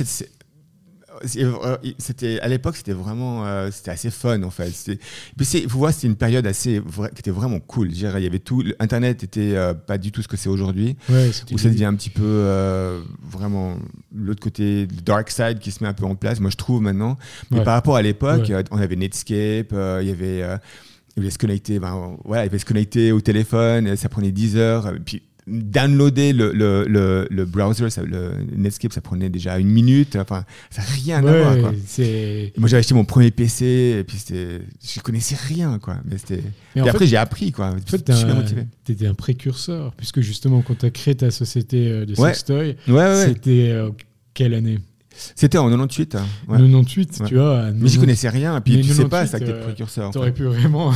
à l'époque, c'était vraiment c'était assez fun en fait. Il faut voir, c'était une période qui était vraiment cool. Il y avait tout, Internet était pas du tout ce que c'est aujourd'hui, où ça devient un petit peu vraiment l'autre côté, le dark side qui se met un peu en place. Moi, je trouve maintenant. Mais par rapport à l'époque, on avait Netscape, il y avait se connecter, il fallait se connecter au téléphone, et ça prenait 10 heures. Et puis downloader le browser, le Netscape, ça prenait déjà 1 minute. Enfin, ça n'a rien à voir. Quoi. Moi, j'avais acheté mon premier PC et puis je connaissais rien, quoi. Mais après, j'ai appris, quoi. En fait, t'étais un précurseur, puisque justement, quand t'as créé ta société de sextoy, c'était quelle année? C'était en 98. Hein. 98, tu vois. Mais je connaissais rien. Et puis tu sais pas, ça que t'es précurseur. T'aurais pu vraiment.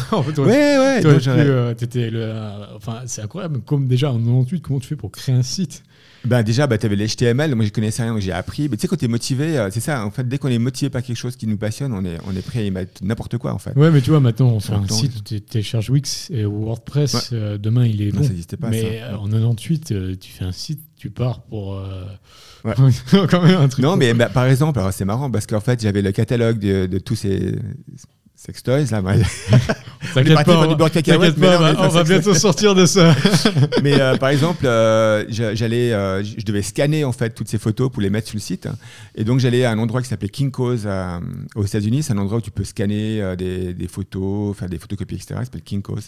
Enfin, c'est incroyable. Comme déjà en 98, comment tu fais pour créer un site? Déjà, t'avais l'HTML. Moi, je connaissais rien, donc j'ai appris. Mais tu sais, quand t'es motivé, c'est ça. En fait, dès qu'on est motivé par quelque chose qui nous passionne, on est prêt à y mettre n'importe quoi, en fait. Ouais, mais tu vois, maintenant, on fait un site, tu télécharges Wix et WordPress. Demain, il est bon. Ça n'existait pas. Mais en 98, tu fais un site, tu pars pour. Quand même un truc. Non, mais par exemple, alors c'est marrant parce qu'en fait, j'avais le catalogue de tous ces sextoys là. T'inquiète pas, on va bientôt sortir de ça. Mais par exemple, je devais scanner en fait toutes ces photos pour les mettre sur le site. Et donc j'allais à un endroit qui s'appelait Kinko's aux États-Unis. C'est un endroit où tu peux scanner des photos, faire des photocopies, etc. Ça s'appelle Kinko's.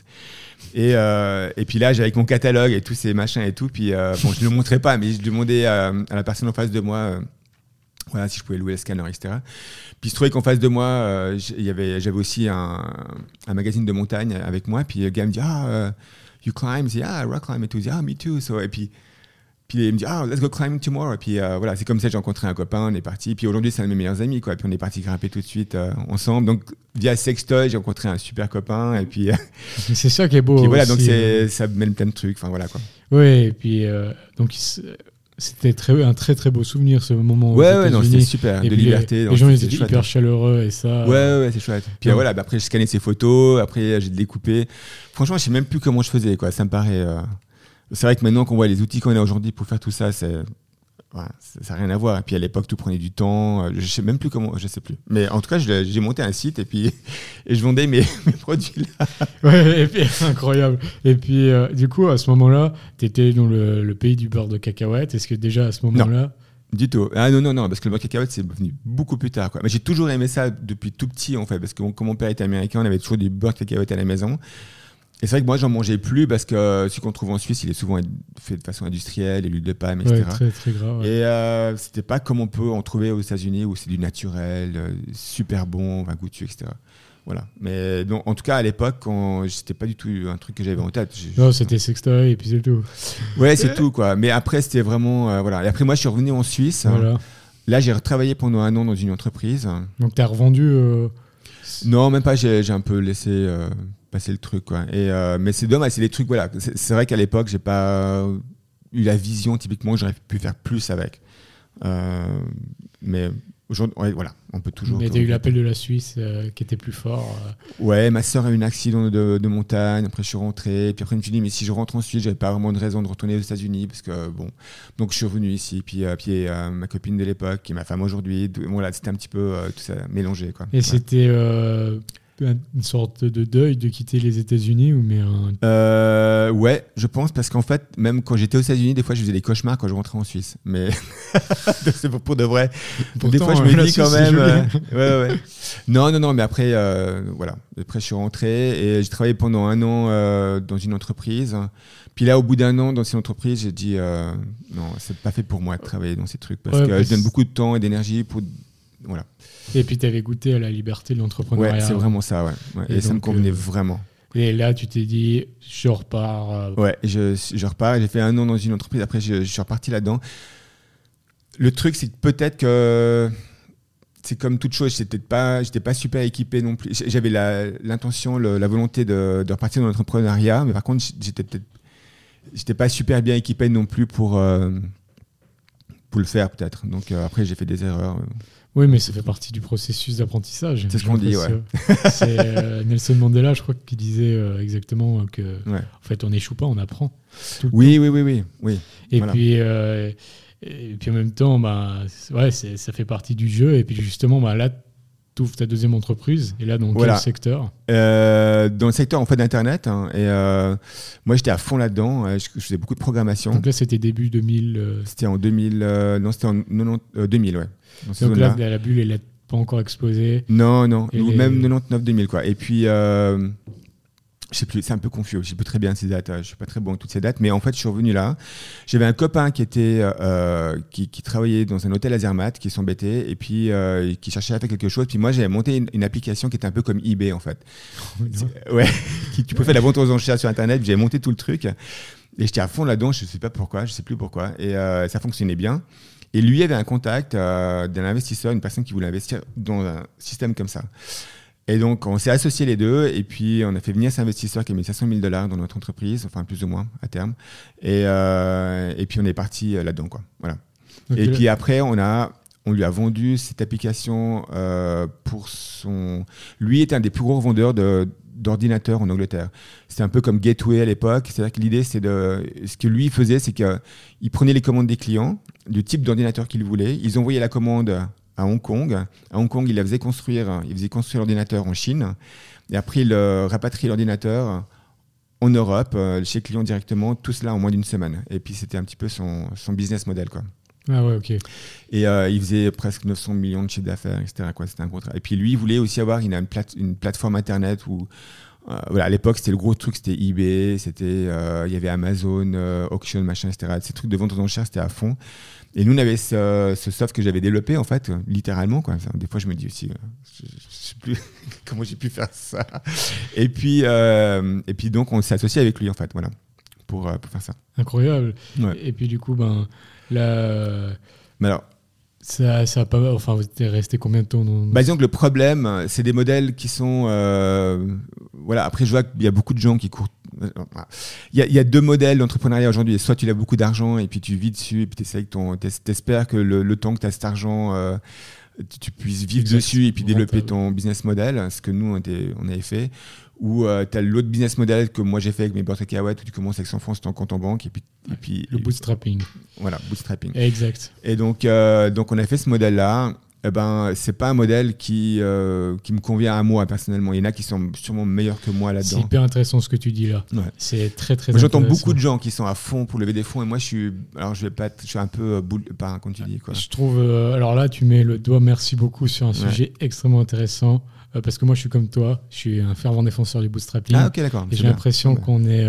Et puis là, j'avais mon catalogue et tous ces machins et tout. Puis je le montrais pas, mais je demandais à la personne en face de moi. Voilà, si je pouvais louer le scanner, etc. Puis il se trouvait qu'en face de moi, j'avais aussi un magazine de montagne avec moi. Puis le gars me dit you climb? Je dis rock climb et tout. Je dis me too. Et puis il me dit let's go climb tomorrow. Et puis voilà, c'est comme ça que j'ai rencontré un copain, on est parti. Puis aujourd'hui, c'est un de mes meilleurs amis, quoi. Puis on est parti grimper tout de suite ensemble. Donc via Sextoy, j'ai rencontré un super copain. Et puis c'est ça qui est beau. Puis voilà, aussi, donc ça mène plein de trucs. Enfin voilà, quoi. Oui, et puis donc c'était un très très beau souvenir, ce moment. Ouais, non, c'était super, et de liberté. Les gens étaient hyper chaleureux et ça. Ouais, c'est chouette. Puis voilà, après je scannais ces photos, après j'ai découpé. Franchement, je sais même plus comment je faisais, quoi. Ça me paraît. C'est vrai que maintenant qu'on voit les outils qu'on a aujourd'hui pour faire tout ça, ça n'a rien à voir. Et puis à l'époque, tout prenait du temps. Je sais même plus comment, je sais plus. Mais en tout cas, j'ai monté un site et je vendais mes produits là. Ouais, et puis incroyable. Et puis du coup, à ce moment-là, tu étais dans le pays du beurre de cacahuète. Est-ce que déjà à ce moment-là? Non, du tout. Non, parce que le beurre de cacahuète, c'est venu beaucoup plus tard, quoi. Mais j'ai toujours aimé ça depuis tout petit, en fait, parce que comme mon père était américain, on avait toujours du beurre de cacahuète à la maison. Et c'est vrai que moi, j'en mangeais plus parce que celui qu'on trouve en Suisse, il est souvent fait de façon industrielle, et l'huile de palme, etc. Ouais, très, très gras. Ouais. Et c'était pas comme on peut en trouver aux États-Unis où c'est du naturel, super bon, vin goûtu, etc. Voilà. Mais donc, en tout cas, à l'époque, c'était pas du tout un truc que j'avais en tête. Non, c'était Sextoy et puis c'est tout. Ouais, c'est tout, quoi. Mais après, c'était vraiment. Voilà. Et après, moi, je suis revenu en Suisse. Voilà. Là, j'ai retravaillé pendant 1 an dans une entreprise. Donc, tu as revendu Non, même pas. J'ai un peu laissé passer le truc, quoi. Mais c'est dommage, c'est des trucs. Voilà. C'est vrai qu'à l'époque, j'ai pas eu la vision, typiquement, j'aurais pu faire plus avec. Mais aujourd'hui, ouais, voilà, on peut toujours. Mais tu as eu l'appel de la Suisse qui était plus fort. Ouais, ma sœur a eu un accident de montagne. Après, je suis rentré. Puis après, je me suis dit, mais si je rentre en Suisse, j'avais pas vraiment de raison de retourner aux États-Unis. Parce que, bon. Donc, je suis revenu ici. Puis ma copine de l'époque, qui est ma femme aujourd'hui. Voilà, c'était un petit peu tout ça mélangé, quoi. Et c'était une sorte de deuil de quitter les États-Unis ouais, je pense, parce qu'en fait, même quand j'étais aux États-Unis, des fois, je faisais des cauchemars quand je rentrais en Suisse. Mais c'est pour de vrai. Pourtant, des fois, je me dis Suisse, quand même. Ouais. Non, mais après, voilà. Après, je suis rentré et j'ai travaillé pendant 1 an dans une entreprise. Puis là, au bout d'1 an dans cette entreprise, j'ai dit non, c'est pas fait pour moi de travailler dans ces trucs parce que je donne beaucoup de temps et d'énergie pour. Voilà. Et puis, tu avais goûté à la liberté de l'entrepreneuriat. Ouais, c'est vraiment ça, ouais. Et ça me convenait vraiment. Et là, tu t'es dit, je repars. Ouais, je repars. J'ai fait 1 an dans une entreprise. Après, je suis reparti là-dedans. Le truc, c'est que peut-être que c'est comme toute chose. J'étais pas super équipé non plus. J'avais l'intention, la volonté de repartir dans l'entrepreneuriat. Mais par contre, j'étais pas super bien équipé non plus pour le faire, peut-être. Donc après, j'ai fait des erreurs. Oui, mais ça fait partie du processus d'apprentissage. C'est ce qu'on dit, ouais. C'est Nelson Mandela, je crois, qui disait exactement que, en fait, on n'échoue pas, on apprend. Oui. Et voilà. puis en même temps, ça fait partie du jeu. Et puis justement, là, tu ouvres ta deuxième entreprise. Et là, dans quel secteur ? Dans le secteur en fait d'Internet. Moi, j'étais à fond là-dedans. Je faisais beaucoup de programmation. Donc là, c'était début 2000. C'était en 2000. Non, c'était en 2000, ouais. Donc là, la bulle, elle n'a pas encore explosé. Non. Même 99-2000, quoi. Et puis, Je sais plus, c'est un peu confus. Je sais plus très bien ces dates. Je suis pas très bon avec toutes ces dates, mais en fait, je suis revenu là. J'avais un copain qui travaillait dans un hôtel à Zermatt, qui s'embêtait et puis qui cherchait à faire quelque chose. Puis moi, j'avais monté une application qui était un peu comme eBay en fait. Ouais, tu peux faire la vente aux enchères sur Internet. J'avais monté tout le truc et j'étais à fond là-dedans. Je sais pas pourquoi, je sais plus pourquoi. Et ça fonctionnait bien. Et lui avait un contact d'un investisseur, une personne qui voulait investir dans un système comme ça. Et donc, on s'est associés les deux, et puis on a fait venir cet investisseur qui a mis $500 000 dans notre entreprise, enfin plus ou moins à terme. Et puis on est parti là-dedans, quoi. Voilà. Okay. Et puis après, on lui a vendu cette application pour son. Lui était un des plus gros vendeurs d'ordinateurs en Angleterre. C'était un peu comme Gateway à l'époque. C'est-à-dire que l'idée, ce que lui faisait, c'est qu'il prenait les commandes des clients, du type d'ordinateur qu'ils voulaient. Ils envoyaient la commande à Hong Kong. À Hong Kong, il faisait construire l'ordinateur en Chine. Et après, il rapatriait l'ordinateur en Europe, chez le client directement, tout cela en moins d'une semaine. Et puis, c'était un petit peu son business model, quoi. Ah ouais, ok. Et il faisait presque 900 millions de chiffre d'affaires, etc., quoi. C'était un gros travail. Et puis, lui, il voulait aussi avoir une plateforme Internet où... voilà, à l'époque, c'était le gros truc, c'était eBay, il y avait Amazon, Auction, machin, etc. Ces trucs de vente aux enchères, c'était à fond. Et nous, on avait ce soft que j'avais développé, en fait, littéralement, quoi. Enfin, des fois, je me dis aussi, je sais plus comment j'ai pu faire ça. Et puis donc, on s'est associé avec lui, en fait, voilà, pour faire ça. Incroyable. Ouais. Et puis, du coup, là... Mais alors, ça a pas... Enfin, vous êtes resté combien de temps disons que le problème, c'est des modèles qui sont... voilà, après, je vois qu'il y a beaucoup de gens qui courent. Il y a deux modèles d'entrepreneuriat aujourd'hui. Soit tu as beaucoup d'argent et puis tu vis dessus et puis t'espères que le temps que tu as cet argent, tu puisses vivre dessus et puis développer ton business model, ce que nous, on avait fait. Ou tu as l'autre business model que moi j'ai fait avec mes boîtes à cacahuètes où tu commences avec 100 francs sur ton compte en banque. Et puis, le bootstrapping. Voilà, bootstrapping. Exact. Et donc on a fait ce modèle-là. C'est pas un modèle qui me convient à moi personnellement. Il y en a qui sont sûrement meilleurs que moi là-dedans. C'est hyper intéressant ce que tu dis là. Ouais. C'est très très moi, intéressant. J'entends beaucoup de gens qui sont à fond pour lever des fonds et moi je suis un peu comme tu dis, quoi. Je trouve alors là tu mets le doigt, merci beaucoup, sur un sujet extrêmement intéressant. Parce que moi je suis comme toi, je suis un fervent défenseur du bootstrapping. Ah ok, d'accord. Et j'ai l'impression qu'on est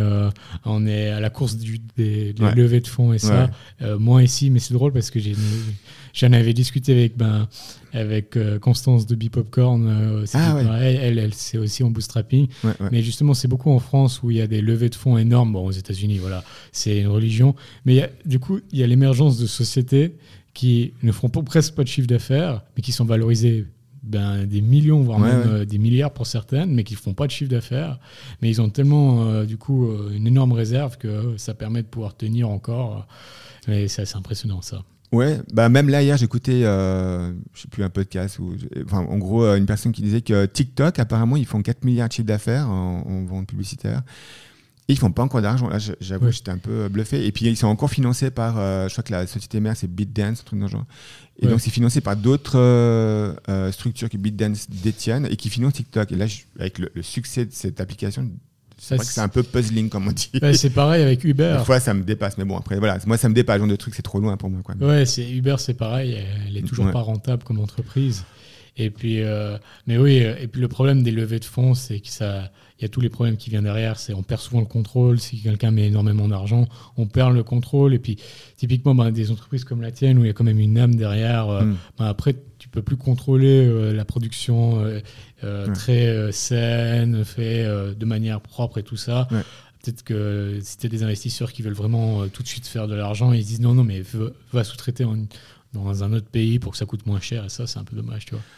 à la course des levées de fonds et ça. Moi ici, mais c'est drôle parce que j'en avais discuté avec Constance de Bipopcorn. Elle c'est aussi en bootstrapping. Ouais. Mais justement, c'est beaucoup en France où il y a des levées de fonds énormes. Bon, aux États-Unis, voilà, c'est une religion. Mais du coup, il y a l'émergence de sociétés qui ne font presque pas de chiffre d'affaires, mais qui sont valorisées des millions, voire même des milliards pour certaines, mais qui ne font pas de chiffre d'affaires. Mais ils ont tellement, une énorme réserve que ça permet de pouvoir tenir encore. Mais c'est assez impressionnant, ça. Ouais, même là, hier, j'écoutais, je ne sais plus, un podcast, en gros, une personne qui disait que TikTok, apparemment, ils font 4 milliards de chiffre d'affaires en vente publicitaire. Et ils ne font pas encore d'argent. Là, j'avoue, j'étais un peu bluffé. Et puis, ils sont encore financés par, je crois que la société mère, c'est BitDance, un truc dans le genre. Et donc, c'est financé par d'autres structures que BitDance détiennent et qui financent TikTok. Et là, avec le succès de cette application, c'est vrai que c'est un peu puzzling, comme on dit. C'est pareil avec Uber. Des fois, ça me dépasse. Mais bon, après, voilà. Moi, ça me dépasse. Ce genre de truc, c'est trop loin pour moi, quoi. Ouais, Uber, c'est pareil. Elle n'est toujours pas rentable comme entreprise. Et puis, mais oui, et puis le problème des levées de fonds, c'est que il y a tous les problèmes qui viennent derrière. On perd souvent le contrôle. Si quelqu'un met énormément d'argent, on perd le contrôle. Et puis, typiquement, des entreprises comme la tienne, où il y a quand même une âme derrière, après, tu peux plus contrôler la production très saine, fait de manière propre et tout ça. Ouais. Peut-être que si tu as des investisseurs qui veulent vraiment tout de suite faire de l'argent, ils se disent non, mais va sous-traiter dans un autre pays pour que ça coûte moins cher. Et ça, c'est un peu dommage, tu vois.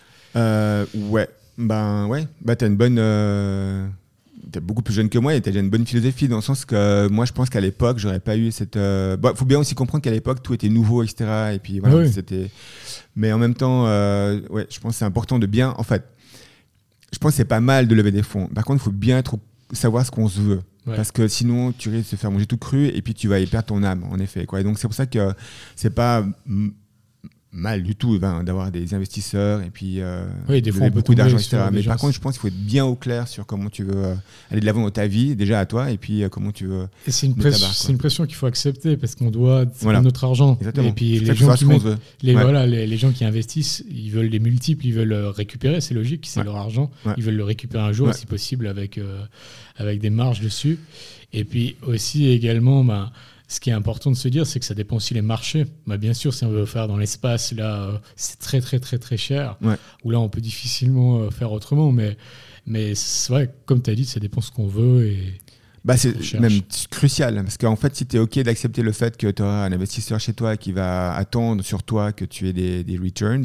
T'as une bonne... T'es beaucoup plus jeune que moi et t'as déjà une bonne philosophie dans le sens que moi je pense qu'à l'époque j'aurais pas eu cette... faut bien aussi comprendre qu'à l'époque tout était nouveau, etc. Et puis voilà, c'était... Mais en même temps, je pense que c'est important de bien... En fait, je pense que c'est pas mal de lever des fonds. Par contre, il faut bien savoir ce qu'on se veut. Ouais. Parce que sinon, tu risques de se faire manger tout cru et puis tu vas y perdre ton âme, en effet, quoi. Et donc c'est pour ça que c'est pas mal du tout d'avoir des investisseurs et puis oui, des fois on peut beaucoup d'argent, etc. sur Mais des par gens- contre, je pense qu'il faut être bien au clair sur comment tu veux aller de l'avant dans ta vie, déjà à toi, et puis comment tu veux. Et c'est une, de tabac, quoi. c'est une pression qu'il faut accepter parce qu'on doit c'est Voilà. pas notre argent. Exactement. Et puis C'est les ça qu'il gens faut qui savoir ce qu'on mettent, veut. Ouais. voilà, les gens qui investissent, ils veulent des multiples, ils veulent récupérer, c'est logique, c'est Ouais. leur argent. Ouais. Ils veulent le récupérer un jour, Ouais. si possible, avec des marges dessus. Et puis aussi également, ce qui est important de se dire, c'est que ça dépend aussi les marchés. Bien sûr, si on veut faire dans l'espace, là, c'est très, très, très, très cher. Ouais. Ou là, on peut difficilement faire autrement. Mais c'est vrai, comme tu as dit, ça dépend ce qu'on veut. Et C'est recherche. même crucial, parce qu'en fait, si tu es OK d'accepter le fait que tu auras un investisseur chez toi qui va attendre sur toi que tu aies des returns,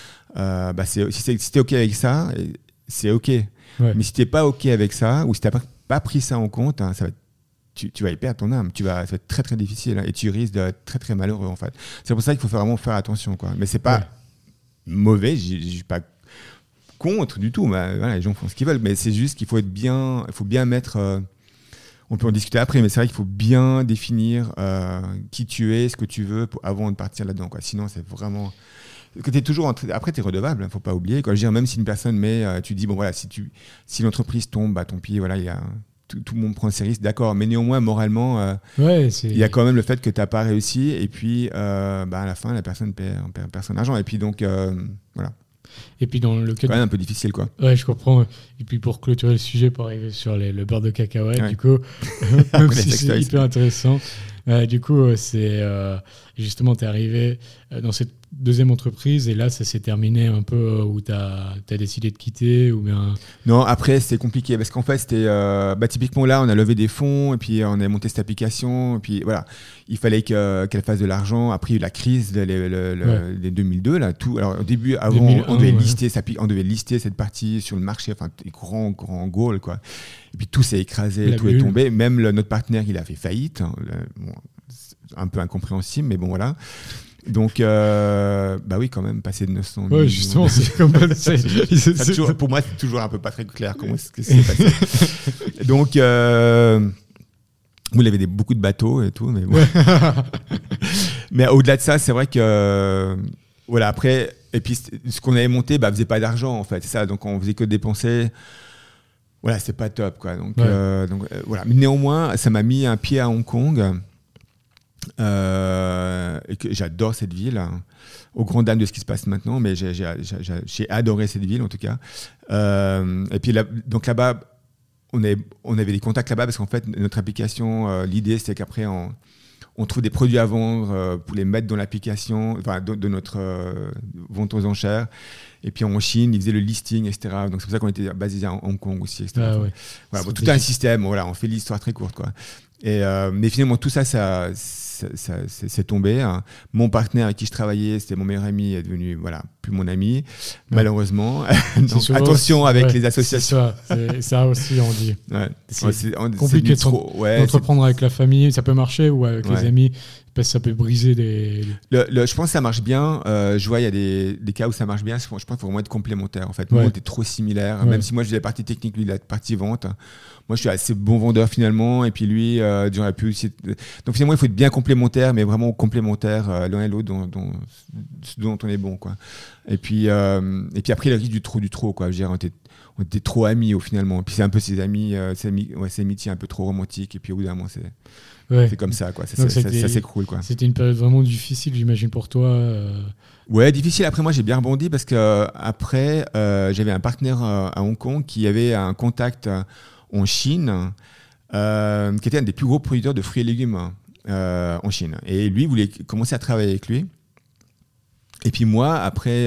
si tu es OK avec ça, c'est OK. Ouais. Mais si tu n'es pas OK avec ça, ou si tu n'as pas pris ça en compte, ça va être tu vas y perdre ton âme, ça va être très très difficile et tu risques d'être très très malheureux en fait. C'est pour ça qu'il faut vraiment faire attention, quoi. Mais c'est pas mauvais, je suis pas contre du tout, mais voilà, les gens font ce qu'ils veulent, mais c'est juste qu'il faut être bien, il faut bien mettre, on peut en discuter après, mais c'est vrai qu'il faut bien définir qui tu es, ce que tu veux avant de partir là-dedans, quoi. Sinon c'est vraiment que t'es toujours après t'es redevable, faut pas oublier, quoi. Je veux dire, même si une personne tu dis bon voilà, si l'entreprise tombe, tant pis, voilà, il y a tout le monde prend ses risques, d'accord, mais néanmoins moralement il y a quand même le fait que tu n'as pas réussi et puis à la fin la personne perd son argent et puis donc voilà. Et puis dans le cas c'est quand même un peu difficile, quoi. Ouais, je comprends. Et puis pour clôturer le sujet, pour arriver sur le beurre de cacahuète, Ouais. du coup, même si c'est sextoys. hyper intéressant, du coup, c'est justement, tu es arrivé dans cette deuxième entreprise et là, ça s'est terminé un peu où tu as décidé de quitter ou bien... Non, après c'était compliqué parce qu'en fait c'était typiquement là on a levé des fonds et puis on a monté cette application et puis voilà, il fallait qu'elle fasse de l'argent. Après il y a eu la crise des 2002 là, tout. Alors au début, avant 2001, on devait lister cette partie sur le marché, enfin des grands goals, quoi. Et puis tout s'est écrasé, tout est tombé. Même notre partenaire il a fait faillite. Bon, c'est un peu incompréhensible, mais bon voilà. Donc, oui, quand même, passer de 900 000. Ouais, justement, c'est comme ça. Pour moi, c'est toujours un peu pas très clair comment c'est passé. Donc, vous avez beaucoup de bateaux et tout, mais bon. Mais au-delà de ça, c'est vrai que, voilà, après, et puis ce qu'on avait monté, faisait pas d'argent, en fait, c'est ça. Donc, on faisait que dépenser. Voilà, c'est pas top, quoi. Donc, voilà. Mais néanmoins, ça m'a mis un pied à Hong Kong. Et que j'adore cette ville, hein, au grand dam de ce qui se passe maintenant, mais j'ai adoré cette ville en tout cas. Et puis donc là-bas, on avait des contacts là-bas parce qu'en fait notre application, l'idée c'était qu'après on trouve des produits à vendre pour les mettre dans l'application, enfin de notre vente aux enchères. Et puis en Chine, ils faisaient le listing, etc. Donc c'est pour ça qu'on était basé à Hong Kong aussi, etc. Ah, ouais. Voilà, tout un système. Voilà, on fait l'histoire très courte, quoi. Et mais finalement tout ça c'est tombé, hein. Mon partenaire avec qui je travaillais, c'était mon meilleur ami, est devenu plus mon ami, malheureusement. Donc, attention avec les associations. C'est ça aussi on dit. Ouais. C'est compliqué d'entreprendre avec la famille, ça peut marcher, ou avec les amis, parce que ça peut briser des... Je pense que ça marche bien. Je vois, il y a des cas où ça marche bien. Je pense qu'il faut vraiment être complémentaire. En fait, nous, on était trop similaires. Même si moi, je faisais la partie technique, lui, la partie vente. Moi, je suis assez bon vendeur finalement. Et puis lui, j'aurais pu aussi... Donc finalement, il faut être bien complémentaire, mais vraiment complémentaire l'un et l'autre dont on est bon, quoi. Et puis après, le risque du trop, quoi. Je veux dire, on était trop amis finalement. Puis c'est un peu ces amitiés un peu trop romantiques. Et puis au bout d'un moment, c'est comme ça, quoi. Ça s'écroule, quoi. C'était une période vraiment difficile, j'imagine, pour toi. Ouais, difficile. Après, moi, j'ai bien rebondi parce que après, j'avais un partenaire à Hong Kong qui avait un contact en Chine, qui était un des plus gros producteurs de fruits et légumes en Chine. Et lui voulait commencer à travailler avec lui. Et puis moi, après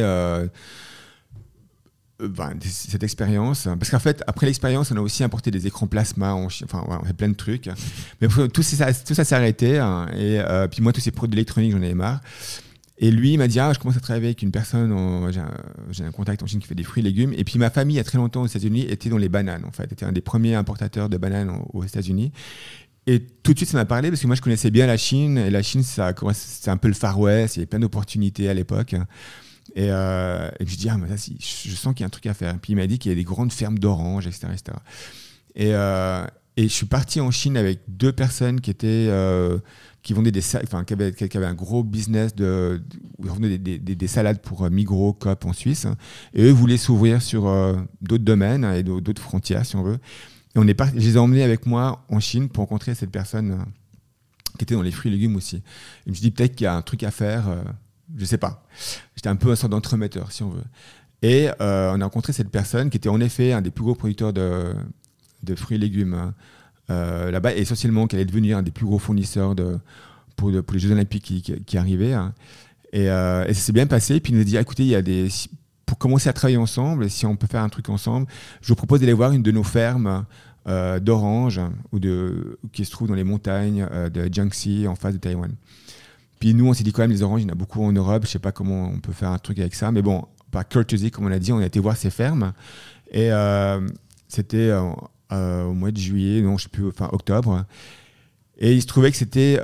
cette expérience, parce qu'en fait, après l'expérience, on a aussi importé des écrans plasma, on fait plein de trucs. Mais tout ça s'est arrêté. Hein, et puis moi, tous ces produits électroniques, j'en avais marre. Et lui, il m'a dit, je commence à travailler avec une personne, j'ai un contact en Chine qui fait des fruits et légumes. Et puis ma famille, il y a très longtemps aux États-Unis, était dans les bananes, en fait. Était un des premiers importateurs de bananes aux États-Unis. Et tout de suite, ça m'a parlé parce que moi, je connaissais bien la Chine. Et la Chine, c'est un peu le Far West. Il y avait plein d'opportunités à l'époque. Et puis je dis, mais ça, je sens qu'il y a un truc à faire. Et puis il m'a dit qu'il y a des grandes fermes d'oranges, etc., etc. Et je suis parti en Chine avec deux personnes qui vendaient qui avaient un gros business où ils vendaient des salades pour Migros, Coop en Suisse. Et eux voulaient s'ouvrir sur d'autres domaines et d'autres frontières, si on veut. Et je les ai emmenés avec moi en Chine pour rencontrer cette personne qui était dans les fruits et légumes aussi. Et je me suis dit, peut-être qu'il y a un truc à faire, je ne sais pas. J'étais un peu un sorte d'entremetteur, si on veut. Et on a rencontré cette personne qui était en effet un des plus gros producteurs de fruits et légumes là-bas, et essentiellement qui allait devenir un des plus gros fournisseurs pour les Jeux Olympiques qui arrivaient. Hein. Et ça s'est bien passé. Puis il nous a dit, écoutez, pour commencer à travailler ensemble, si on peut faire un truc ensemble, je vous propose d'aller voir une de nos fermes d'oranges qui se trouve dans les montagnes de Jiangxi en face de Taïwan. Puis nous, on s'est dit quand même, les oranges, il y en a beaucoup en Europe. Je ne sais pas comment on peut faire un truc avec ça. Mais bon, par courtesy, comme on l'a dit, on a été voir ces fermes. Et c'était au mois de juillet, non, je sais plus, enfin octobre. Et il se trouvait que c'était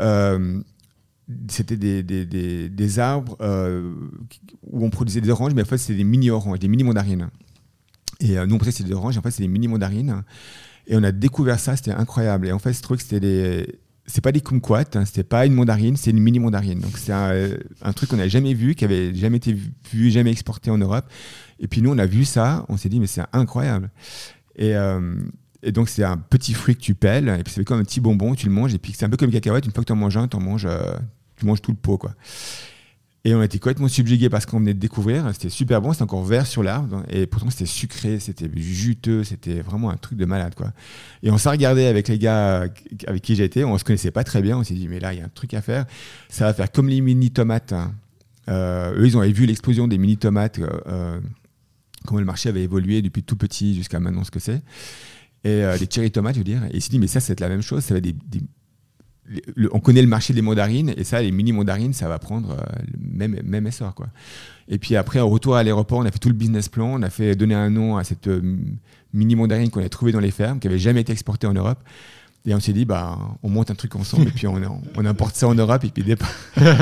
des arbres où on produisait des oranges, mais en fait, c'était des mini-oranges, des mini-mandarines. Et nous, on pensait que c'était des oranges, et en fait, c'est des mini-mandarines. Et on a découvert ça, c'était incroyable. Et en fait, il se trouvait que c'est pas des kumquats, hein, c'était pas une mandarine, c'est une mini-mandarine. Donc, c'est un truc qu'on n'avait jamais vu, qui avait jamais été vu, jamais exporté en Europe. Et puis, nous, on a vu ça, on s'est dit, mais c'est incroyable. Et donc, c'est un petit fruit que tu pèles, et puis c'est comme un petit bonbon, tu le manges, et puis c'est un peu comme une cacahuète, une fois que tu en manges un, tu manges tout le pot, quoi. Et on a été complètement subjugués par ce qu'on venait de découvrir. C'était super bon, c'était encore vert sur l'arbre, et pourtant c'était sucré, c'était juteux, c'était vraiment un truc de malade, quoi. Et on s'est regardé avec les gars avec qui j'étais, on se connaissait pas très bien, on s'est dit, mais là, il y a un truc à faire. Ça va faire comme les mini-tomates. Hein. Eux, ils ont vu l'explosion des mini-tomates, comment le marché avait évolué depuis tout petit jusqu'à maintenant, ce que c'est. Et les cherry tomates, je veux dire. Et il s'est dit, mais ça, c'est la même chose. Ça va on connaît le marché des mandarines, et ça, les mini-mandarines, ça va prendre le même essor, quoi. Et puis après, au retour à l'aéroport, on a fait tout le business plan. On a fait donner un nom à cette mini-mandarine qu'on avait trouvée dans les fermes, qui n'avait jamais été exportée en Europe. Et on s'est dit, on monte un truc ensemble, et puis on importe ça en Europe, et puis départ.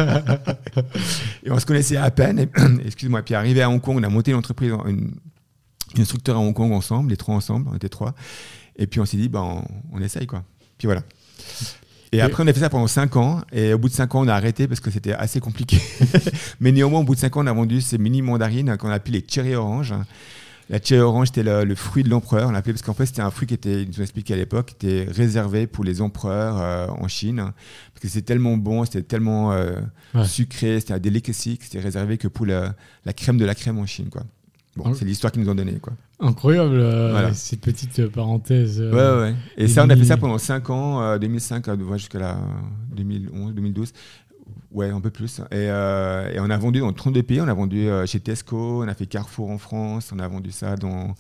Et on se connaissait à peine. Excuse-moi. Puis arrivé à Hong Kong, on a monté l'entreprise, une structure à Hong Kong ensemble, les trois ensemble, on était trois. Et puis on s'est dit, on essaye, quoi. Puis voilà. Et après, on a fait ça pendant 5 ans. Et au bout de 5 ans, on a arrêté parce que c'était assez compliqué. Mais néanmoins, au bout de 5 ans, on a vendu ces mini mandarines qu'on a appelées les cherry orange. La cherry orange, c'était le fruit de l'empereur. On l'appelait parce qu'en fait, c'était un fruit ils nous ont expliqué à l'époque, qui était réservé pour les empereurs en Chine. Parce que c'était tellement bon, c'était tellement sucré, c'était un delicacy, que c'était réservé que pour la crème de la crème en Chine, quoi. Bon, c'est l'histoire qu'ils nous ont donnée, quoi. Incroyable, voilà. Cette petite parenthèse. Ouais. Et ça, on a fait ça pendant 5 ans, 2005 jusqu'à 2011, 2012. Ouais, un peu plus. Et on a vendu dans 32 pays. On a vendu chez Tesco, on a fait Carrefour en France, on a vendu ça dans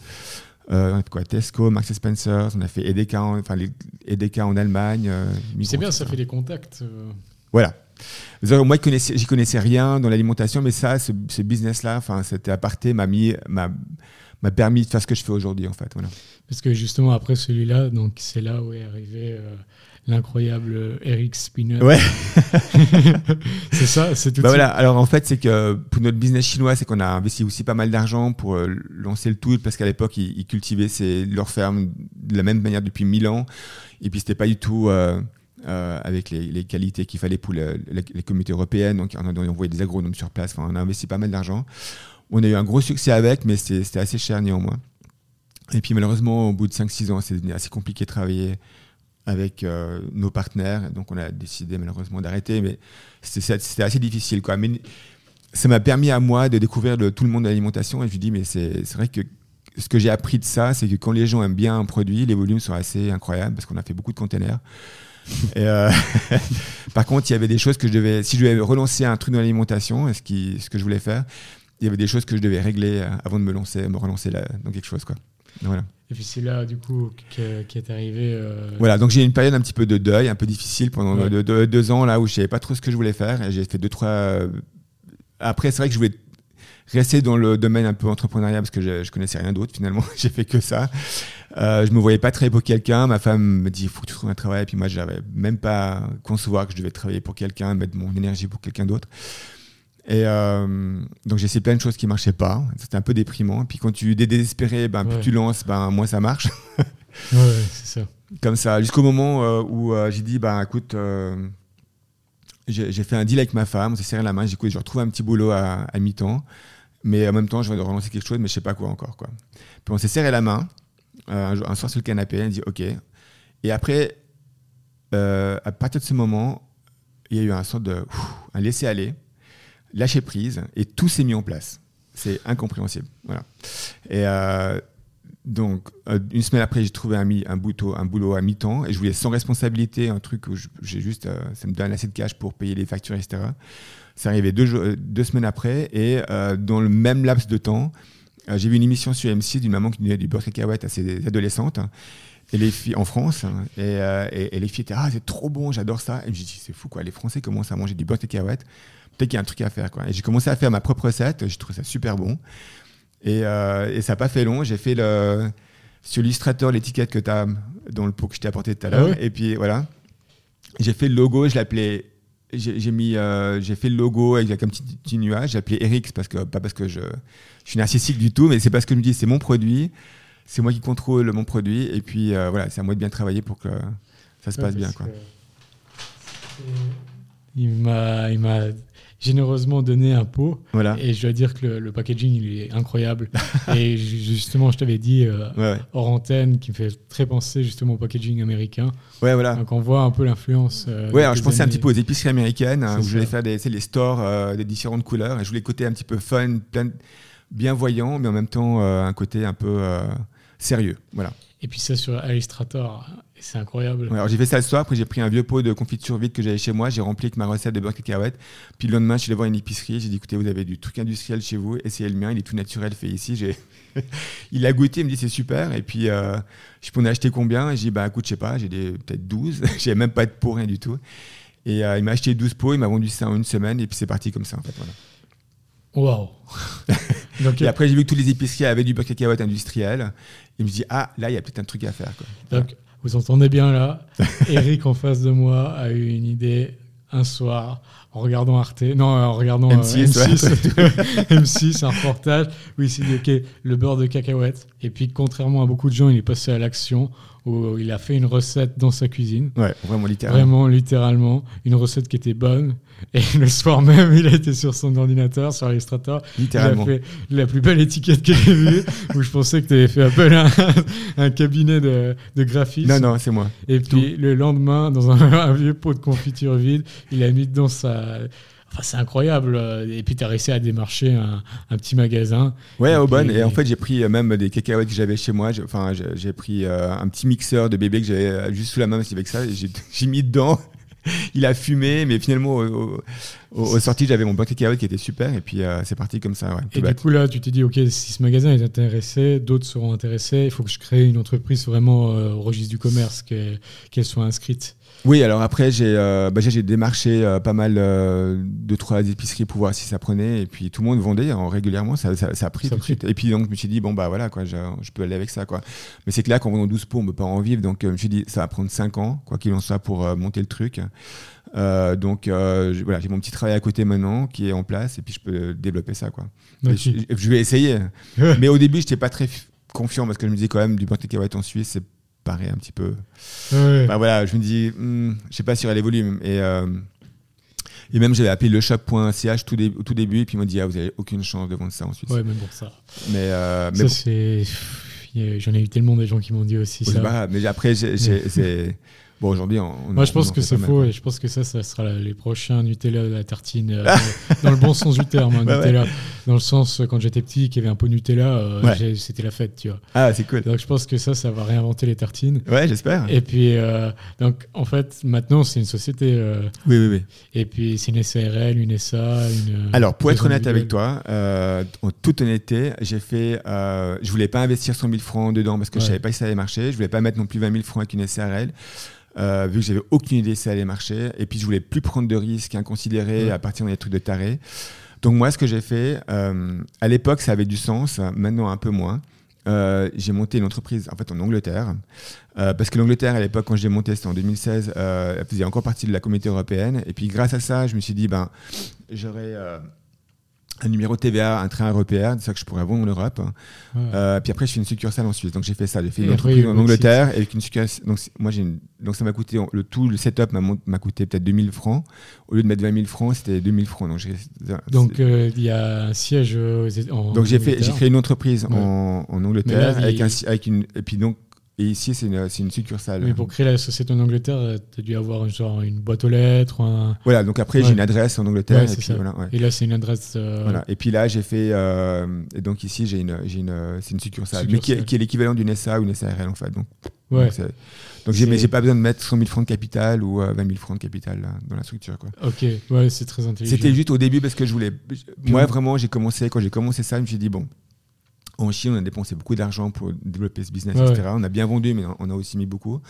Tesco, Marks & Spencer, on a fait Edeka en Allemagne. C'est bien, ça fait des contacts. Voilà. Moi, j'y connaissais rien dans l'alimentation, mais ça, ce business-là, c'était aparté, m'a permis de faire ce que je fais aujourd'hui, en fait. Voilà. Parce que justement, après celui-là, donc c'est là où est arrivé l'incroyable Eric Spinner. Ouais. C'est ça, c'est tout. Voilà. Alors en fait, c'est que pour notre business chinois, c'est qu'on a investi aussi pas mal d'argent pour lancer le tout, parce qu'à l'époque, ils cultivaient leur ferme de la même manière depuis 1000 ans, et puis c'était pas du tout avec les qualités qu'il fallait pour les communautés européennes. Donc on a envoyé des agronomes sur place. On a investi pas mal d'argent. On a eu un gros succès avec, mais c'était assez cher néanmoins. Et puis malheureusement, au bout de 5-6 ans, c'est assez compliqué de travailler avec nos partenaires. Donc on a décidé malheureusement d'arrêter, mais c'était assez difficile, quoi. Mais ça m'a permis à moi de découvrir tout le monde de l'alimentation. Et je me dis, mais c'est vrai que ce que j'ai appris de ça, c'est que quand les gens aiment bien un produit, les volumes sont assez incroyables, parce qu'on a fait beaucoup de containers. Et par contre, il y avait des choses que si je devais relancer un truc dans l'alimentation, ce que je voulais faire, il y avait des choses que je devais régler avant de me relancer dans quelque chose, quoi. Voilà. Et puis c'est là, du coup, qui est arrivé. Voilà, donc j'ai eu une période un petit peu de deuil, un peu difficile pendant 2 ans, là où je ne savais pas trop ce que je voulais faire. Et j'ai fait 2-3. Après, c'est vrai que je voulais rester dans le domaine un peu entrepreneurial, parce que je ne connaissais rien d'autre finalement. J'ai fait que ça. Je ne me voyais pas travailler pour quelqu'un. Ma femme me dit, il faut que tu trouves un travail. Et puis moi, je n'avais même pas concevoir que je devais travailler pour quelqu'un, mettre mon énergie pour quelqu'un d'autre. Et donc j'ai essayé plein de choses qui ne marchaient pas. C'était un peu déprimant. Et puis quand tu es désespéré, plus tu lances, moins ça marche. Ouais, c'est ça. Comme ça, jusqu'au moment où j'ai dit, écoute, j'ai fait un deal avec ma femme, on s'est serré la main, j'ai dit écoute, je retrouve un petit boulot à mi-temps, mais en même temps je vais relancer quelque chose, mais je sais pas quoi encore, quoi. Puis on s'est serré la main un soir sur le canapé, elle dit ok. Et après, à partir de ce moment, il y a eu un laisser-aller, lâcher prise, et tout s'est mis en place. C'est incompréhensible. Voilà. Et donc, une semaine après, j'ai trouvé un boulot à mi-temps, et je voulais sans responsabilité, un truc où j'ai juste, ça me donne assez de cash pour payer les factures, etc. C'est arrivé 2 semaines après, et dans le même laps de temps, j'ai vu une émission sur M6 d'une maman qui donnait du beurre de cacahuète à ses adolescentes. Et les filles en France, et les filles étaient c'est trop bon, j'adore ça. Et je me dis c'est fou quoi, les Français commencent à manger du beurre de cacahuète, peut-être qu'il y a un truc à faire quoi. Et j'ai commencé à faire ma propre recette, j'ai trouvé ça super bon. Et ça n'a pas fait long, j'ai fait sur l'Illustrator l'étiquette que tu as dans le pot que je t'ai apporté tout à l'heure. Ouais. Et puis voilà, j'ai fait le logo, je l'appelais. J'ai fait le logo avec un petit nuage, j'ai appelé Eric, pas parce que je suis narcissique du tout, mais c'est parce que je me dis c'est mon produit. C'est moi qui contrôle mon produit et puis voilà, c'est à moi de bien travailler pour que ça se passe bien, quoi. Il m'a généreusement donné un pot, voilà. Et je dois dire que le packaging il est incroyable. Et justement, je t'avais dit hors antenne qui me fait très penser justement au packaging américain. Ouais, voilà. Donc on voit un peu l'influence. Alors je pensais un petit peu aux épiceries américaines où je voulais faire les stores des différentes couleurs et je voulais le côté un petit peu fun, bienvoyant, mais en même temps un côté un peu sérieux, voilà. Et puis ça sur Illustrator, c'est incroyable. Ouais, alors j'ai fait ça le soir, après j'ai pris un vieux pot de confiture vide que j'avais chez moi, j'ai rempli avec ma recette de beurre de cacahuète, puis le lendemain je suis allé voir une épicerie, j'ai dit écoutez vous avez du truc industriel chez vous, essayez le mien, il est tout naturel fait ici. Il a goûté, il me dit c'est super, et puis je peux en acheter combien, et j'ai dit écoute je sais pas, j'ai peut-être 12, j'avais même pas de pot, rien du tout, et il m'a acheté 12 pots, il m'a vendu ça en une semaine, et puis c'est parti comme ça en fait, voilà. Waouh. Et après j'ai vu que tous les épiciers avaient du beurre de cacahuète industriel, et je me dis là il y a peut-être un truc à faire, quoi. Donc vous entendez bien là, Eric en face de moi a eu une idée un soir en regardant Arte, en regardant M6, M6, un reportage où il s'est dit ok, le beurre de cacahuète, et puis contrairement à beaucoup de gens, il est passé à l'action où il a fait une recette dans sa cuisine. Ouais, vraiment littéralement, une recette qui était bonne, et le soir même, il a été sur son ordinateur, sur Illustrator, littéralement. Il a fait la plus belle étiquette que j'ai vue, où je pensais que tu avais fait appel à un cabinet de graphisme. Non, c'est moi. Et puis le lendemain, dans un vieux pot de confiture vide, il a mis dedans Enfin, c'est incroyable. Et puis, tu as réussi à démarcher un petit magasin. Ouais, au bon. Et en fait, j'ai pris même des cacahuètes que j'avais chez moi. J'ai pris un petit mixeur de bébé que j'avais juste sous la main avec ça. Et j'ai mis dedans. Il a fumé, mais finalement, au sorti, j'avais mon beurre de cacahuète qui était super. Et puis, c'est parti comme ça. Ouais, et du coup, là, tu t'es dit, OK, si ce magasin est intéressé, d'autres seront intéressés. Il faut que je crée une entreprise vraiment au registre du commerce, qu'elle soit inscrite. Oui, alors après, j'ai démarché pas mal de 3 épiceries pour voir si ça prenait. Et puis, tout le monde vendait régulièrement. Ça a pris tout de suite. Et puis, donc, je me suis dit, voilà, quoi, je peux aller avec ça, quoi. Mais c'est que là, quand on vend 12 pots, on ne peut pas en vivre. Donc, je me suis dit, ça va prendre 5 ans, quoi qu'il en soit, pour monter le truc. Donc, j'ai mon petit travail à côté maintenant qui est en place. Et puis, je peux développer ça, quoi. Okay. Je vais essayer. Mais au début, je n'étais pas très confiant parce que je me disais quand même, du beurre de cacahuète en Suisse, c'est paraît un petit peu. Ouais. Voilà, je me dis, je sais pas sur les volumes. Et même j'avais appelé leshop.ch tout début, et puis ils m'ont dit, vous avez aucune chance de vendre ça en Suisse. Ouais, même pour ça. Mais ça, bon. C'est. J'en ai eu tellement de gens qui m'ont dit aussi ça. Mais après, c'est. Bon, aujourd'hui, moi, je pense que c'est faux, et je pense que ça sera les prochains Nutella de la tartine, dans le bon sens du terme, hein, Nutella. Ouais. Dans le sens, quand j'étais petit, qu'il y avait un pot Nutella, c'était la fête, tu vois. Ah, c'est cool. Donc, je pense que ça va réinventer les tartines. Ouais, j'espère. Et puis, donc, en fait, maintenant, c'est une société. Oui. Et puis, c'est une SARL, une SA, une. Alors, pour être honnête avec toi, en toute honnêteté, j'ai fait. Je voulais pas investir 100 000 francs dedans parce que je savais pas si ça allait marcher. Je voulais pas mettre non plus 20 000 francs avec une SARL. Vu que j'avais aucune idée si ça allait marcher, et puis je voulais plus prendre de risques inconsidérés à partir des trucs de tarés. Donc moi, ce que j'ai fait, à l'époque, ça avait du sens, maintenant un peu moins. J'ai monté une entreprise en fait en Angleterre, parce que l'Angleterre à l'époque quand j'ai monté, c'était en 2016, elle faisait encore partie de la communauté européenne. Et puis grâce à ça, je me suis dit j'aurais un numéro TVA, un train européen, c'est ça que je pourrais vendre en Europe. Ouais. Puis après, je fais une succursale en Suisse. Donc, j'ai fait ça. J'ai fait une Et entreprise après, en Angleterre avec une succursale. Donc, donc ça m'a coûté, le setup m'a coûté peut-être 2000 francs. Au lieu de mettre 20 000 francs, c'était 2000 francs. Donc, il y a un siège en Donc, j'ai Angleterre. créé une entreprise Ouais. en Angleterre là, et puis donc, et ici, c'est une succursale. Mais pour créer la société en Angleterre, tu as dû avoir une boîte aux lettres. Voilà, donc après, j'ai une adresse en Angleterre. Ouais, et c'est puis, ça. voilà, ouais. Et là, c'est une adresse. Voilà. Et puis là, j'ai fait. Et donc ici, c'est une succursale, mais qui est l'équivalent d'une SA ou une SARL en fait. Donc, Ouais. mais j'ai pas besoin de mettre 100 000 francs de capital ou 20 000 francs de capital là, dans la structure. Quoi. Ok, ouais, c'est très intelligent. C'était juste au début parce que je voulais. Moi, vraiment, quand j'ai commencé ça, je me suis dit, bon, en Chine, on a dépensé beaucoup d'argent pour développer ce business, Ouais, etc. On a bien vendu, mais on a aussi mis beaucoup.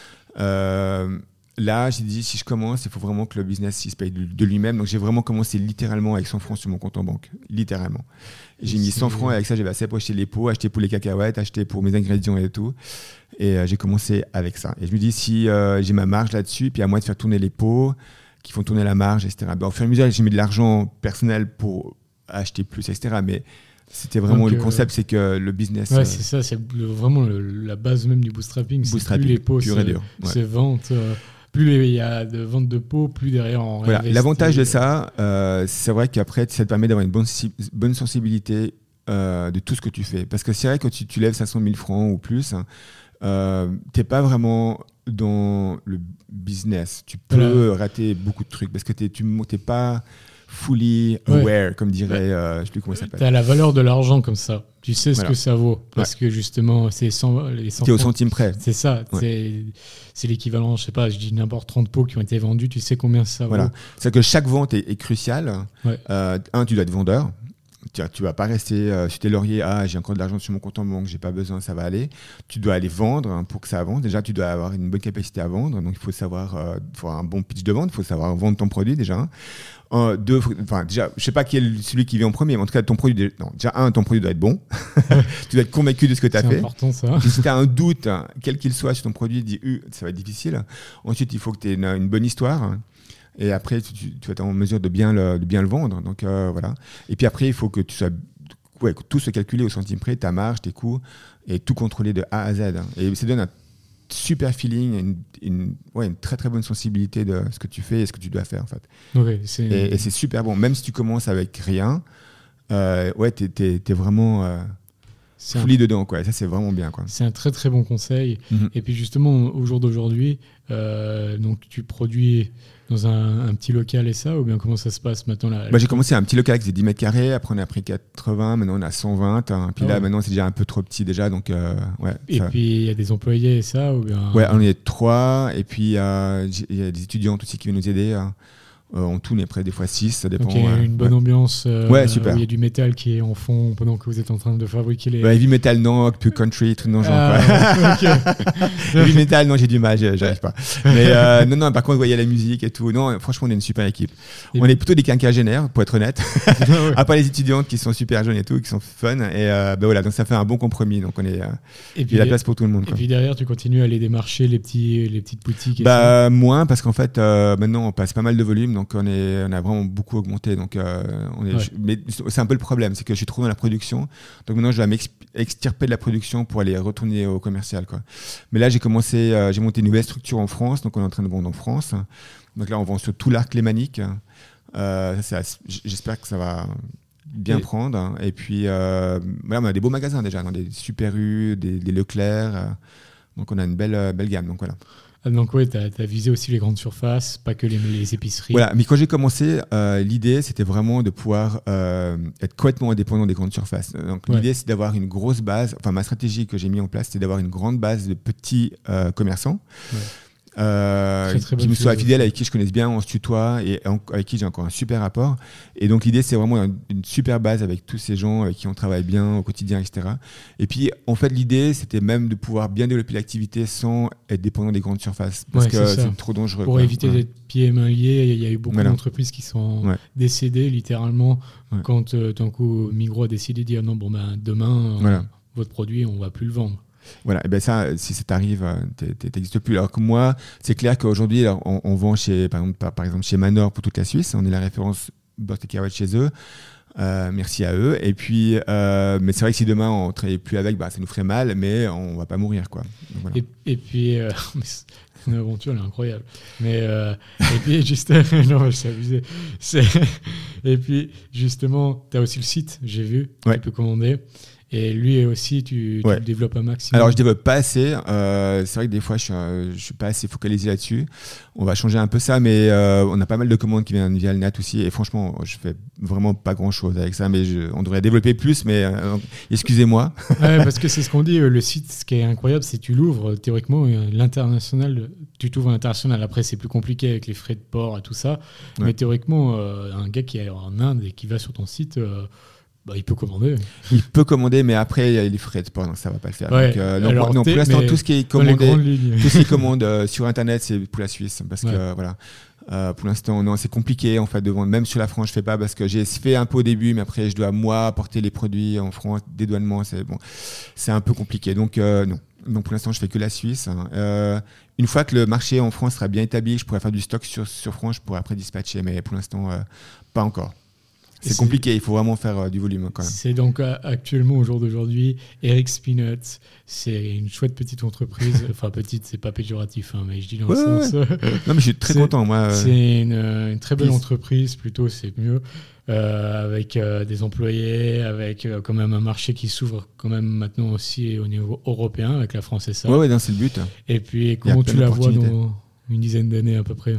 Là, j'ai dit, si je commence, il faut vraiment que le business il se paye de lui-même. Donc, j'ai vraiment commencé littéralement avec 100 francs sur mon compte en banque. Littéralement. Et j'ai mis 100 francs et avec ça, j'avais assez pour acheter les pots, acheter pour les cacahuètes, acheter pour mes ingrédients et tout. Et j'ai commencé avec ça. Et je me dis, si j'ai ma marge là-dessus, puis à moi de faire tourner les pots qui font tourner la marge, etc. Au fur et à mesure, j'ai mis de l'argent personnel pour acheter plus, etc. Mais c'était vraiment le concept, c'est que le business. Ouais, c'est ça, c'est vraiment la base même du bootstrapping. C'est plus les pots, c'est vente. Plus il y a de vente de pots, plus derrière on voilà. réinvestit. L'avantage de ça, c'est vrai qu'après, ça te permet d'avoir une bonne sensibilité de tout ce que tu fais. Parce que c'est vrai que tu lèves 500 000 francs ou plus, t'es pas vraiment dans le business. Tu peux rater beaucoup de trucs parce que t'es pas fully aware, comme dirait, je sais plus comment ça s'appelle. Tu as la valeur de l'argent comme ça. Tu sais ce que ça vaut. Parce que justement, c'est les 100 t'es au centime près. C'est ça. C'est l'équivalent, je sais pas, je dis n'importe 30 pots qui ont été vendus, tu sais combien ça vaut. C'est que chaque vente est cruciale. Tu dois être vendeur. Tu vas pas rester sur tes lauriers, j'ai encore de l'argent sur mon compte en banque, j'ai pas besoin, ça va aller. Tu dois aller vendre pour que ça avance. Déjà, tu dois avoir une bonne capacité à vendre. Donc, il faut savoir, faut avoir un bon pitch de vente, il faut savoir vendre ton produit déjà. Déjà, je sais pas qui est celui qui vient en premier, mais en tout cas, ton produit, ton produit doit être bon. Tu dois être convaincu de ce que tu as fait. C'est important, ça. Si tu as un doute, quel qu'il soit sur ton produit, ça va être difficile. Ensuite, il faut que tu aies une bonne histoire. Et après, tu vas être en mesure de bien le vendre. Donc, voilà. Et puis après, il faut que que tout soit calculé au centime près, ta marge, tes coûts, et tout contrôler de A à Z. Et ça donne un super feeling, une très très bonne sensibilité de ce que tu fais et ce que tu dois faire en fait. Et c'est super bon. Même si tu commences avec rien, t'es vraiment foulé dedans, quoi. Et ça, c'est vraiment bien, quoi. C'est un très très bon conseil. Et puis justement, au jour d'aujourd'hui, donc tu produis dans un petit local et ça, ou bien comment ça se passe maintenant là, j'ai commencé à un petit local qui faisait 10 mètres carrés, après on a pris 80, maintenant on a 120, puis là maintenant c'est déjà un peu trop petit déjà, donc Et puis il y a des employés et ça, ou bien... Ouais, on est 3, et puis il y a des étudiants aussi qui viennent nous aider. En tout, on est près des fois 6, ça dépend. Donc il y a une bonne ambiance, super. Où il y a du métal qui est en fond pendant que vous êtes en train de fabriquer les... Heavy metal, non, plus country, tout dans le genre. Heavy metal, non, j'ai du mal, j'arrive pas. Mais non, par contre, il y a la musique et tout. Non, franchement, on est une super équipe. On est plutôt des quinquagénaires, pour être honnête. À part les étudiantes qui sont super jeunes et tout, qui sont fun. Et voilà, donc ça fait un bon compromis. Donc il y a la place pour tout le monde. Et puis derrière, tu continues à aller démarcher les petites boutiques. Moins, parce qu'en fait, maintenant, on passe pas mal de volume. Donc on a vraiment beaucoup augmenté. Donc mais c'est un peu le problème, c'est que je suis trop dans la production. Donc maintenant je dois m'extirper de la production pour aller retourner au commercial, quoi. Mais là j'ai monté une nouvelle structure en France, donc on est en train de vendre en France. Donc là on vend sur tout l'arc lémanique. J'espère que ça va bien prendre. Et puis on a des beaux magasins déjà, dans des Super U, des Leclerc. Donc on a une belle gamme. Donc voilà. Donc tu as visé aussi les grandes surfaces, pas que les épiceries. Voilà, mais quand j'ai commencé, l'idée c'était vraiment de pouvoir être complètement indépendant des grandes surfaces. Donc l'idée c'est d'avoir une grosse base, enfin ma stratégie que j'ai mis en place c'est d'avoir une grande base de petits commerçants. Qui me soient fidèles, avec qui je connaisse bien, on se tutoie et avec qui j'ai encore un super rapport. Et donc l'idée c'est vraiment une super base avec tous ces gens avec qui on travaille bien au quotidien, etc. Et puis en fait l'idée c'était même de pouvoir bien développer l'activité sans être dépendant des grandes surfaces parce que c'est trop dangereux. Pour éviter d'être pieds et mains liés, il y a eu beaucoup d'entreprises qui sont décédées littéralement quand tout d'un coup Migros a décidé de dire non demain votre produit on va plus le vendre. Voilà, et ben ça, si ça t'arrive, t'existes plus. Alors que moi, c'est clair qu'aujourd'hui, on vend par exemple chez Manor pour toute la Suisse. On est la référence beurre de cacahuète chez eux. Merci à eux. Et puis, mais c'est vrai que si demain on ne travaillait plus avec, ça nous ferait mal, mais on ne va pas mourir, quoi. Donc, voilà. Et puis, une aventure elle est incroyable. Mais et puis non, je suis abusé. Et puis justement, tu as aussi le site, j'ai vu, tu peux commander. Et lui aussi, tu le développes un maximum. Alors, je ne développe pas assez. C'est vrai que des fois, je ne suis pas assez focalisé là-dessus. On va changer un peu ça, mais on a pas mal de commandes qui viennent via le net aussi. Et franchement, je fais vraiment pas grand-chose avec ça. Mais on devrait développer plus, mais excusez-moi. Parce que c'est ce qu'on dit. Le site, ce qui est incroyable, c'est que tu l'ouvres théoriquement. L'international, tu t'ouvres à l'international. Après, c'est plus compliqué avec les frais de port et tout ça. Ouais. Mais théoriquement, un gars qui est en Inde et qui va sur ton site... il peut commander. Il peut commander, mais après, il y a les frais de port, donc ça ne va pas le faire. Ouais, donc, pour l'instant, tout ce qui est commandé, sur Internet, c'est pour la Suisse. Parce que, voilà, pour l'instant, non, c'est compliqué en fait, de vendre. Même sur la France, je ne fais pas parce que j'ai fait un peu au début, mais après, je dois, moi, apporter les produits en France, dédouanement, c'est un peu compliqué. Donc, non. Donc, pour l'instant, je ne fais que la Suisse. Une fois que le marché en France sera bien établi, je pourrais faire du stock sur France, je pourrais après dispatcher, mais pour l'instant, pas encore. C'est compliqué, il faut vraiment faire du volume quand même. C'est donc actuellement, au jour d'aujourd'hui, Eric's Peanuts, c'est une chouette petite entreprise. Enfin, petite, c'est pas péjoratif, mais je dis dans le sens. Non, mais je suis très content, moi. C'est une très belle entreprise, plutôt, c'est mieux. Avec des employés, avec quand même un marché qui s'ouvre quand même maintenant aussi au niveau européen, avec la France et ça. Ouais, c'est le but. Et puis, comment tu la vois dans une dizaine d'années à peu près?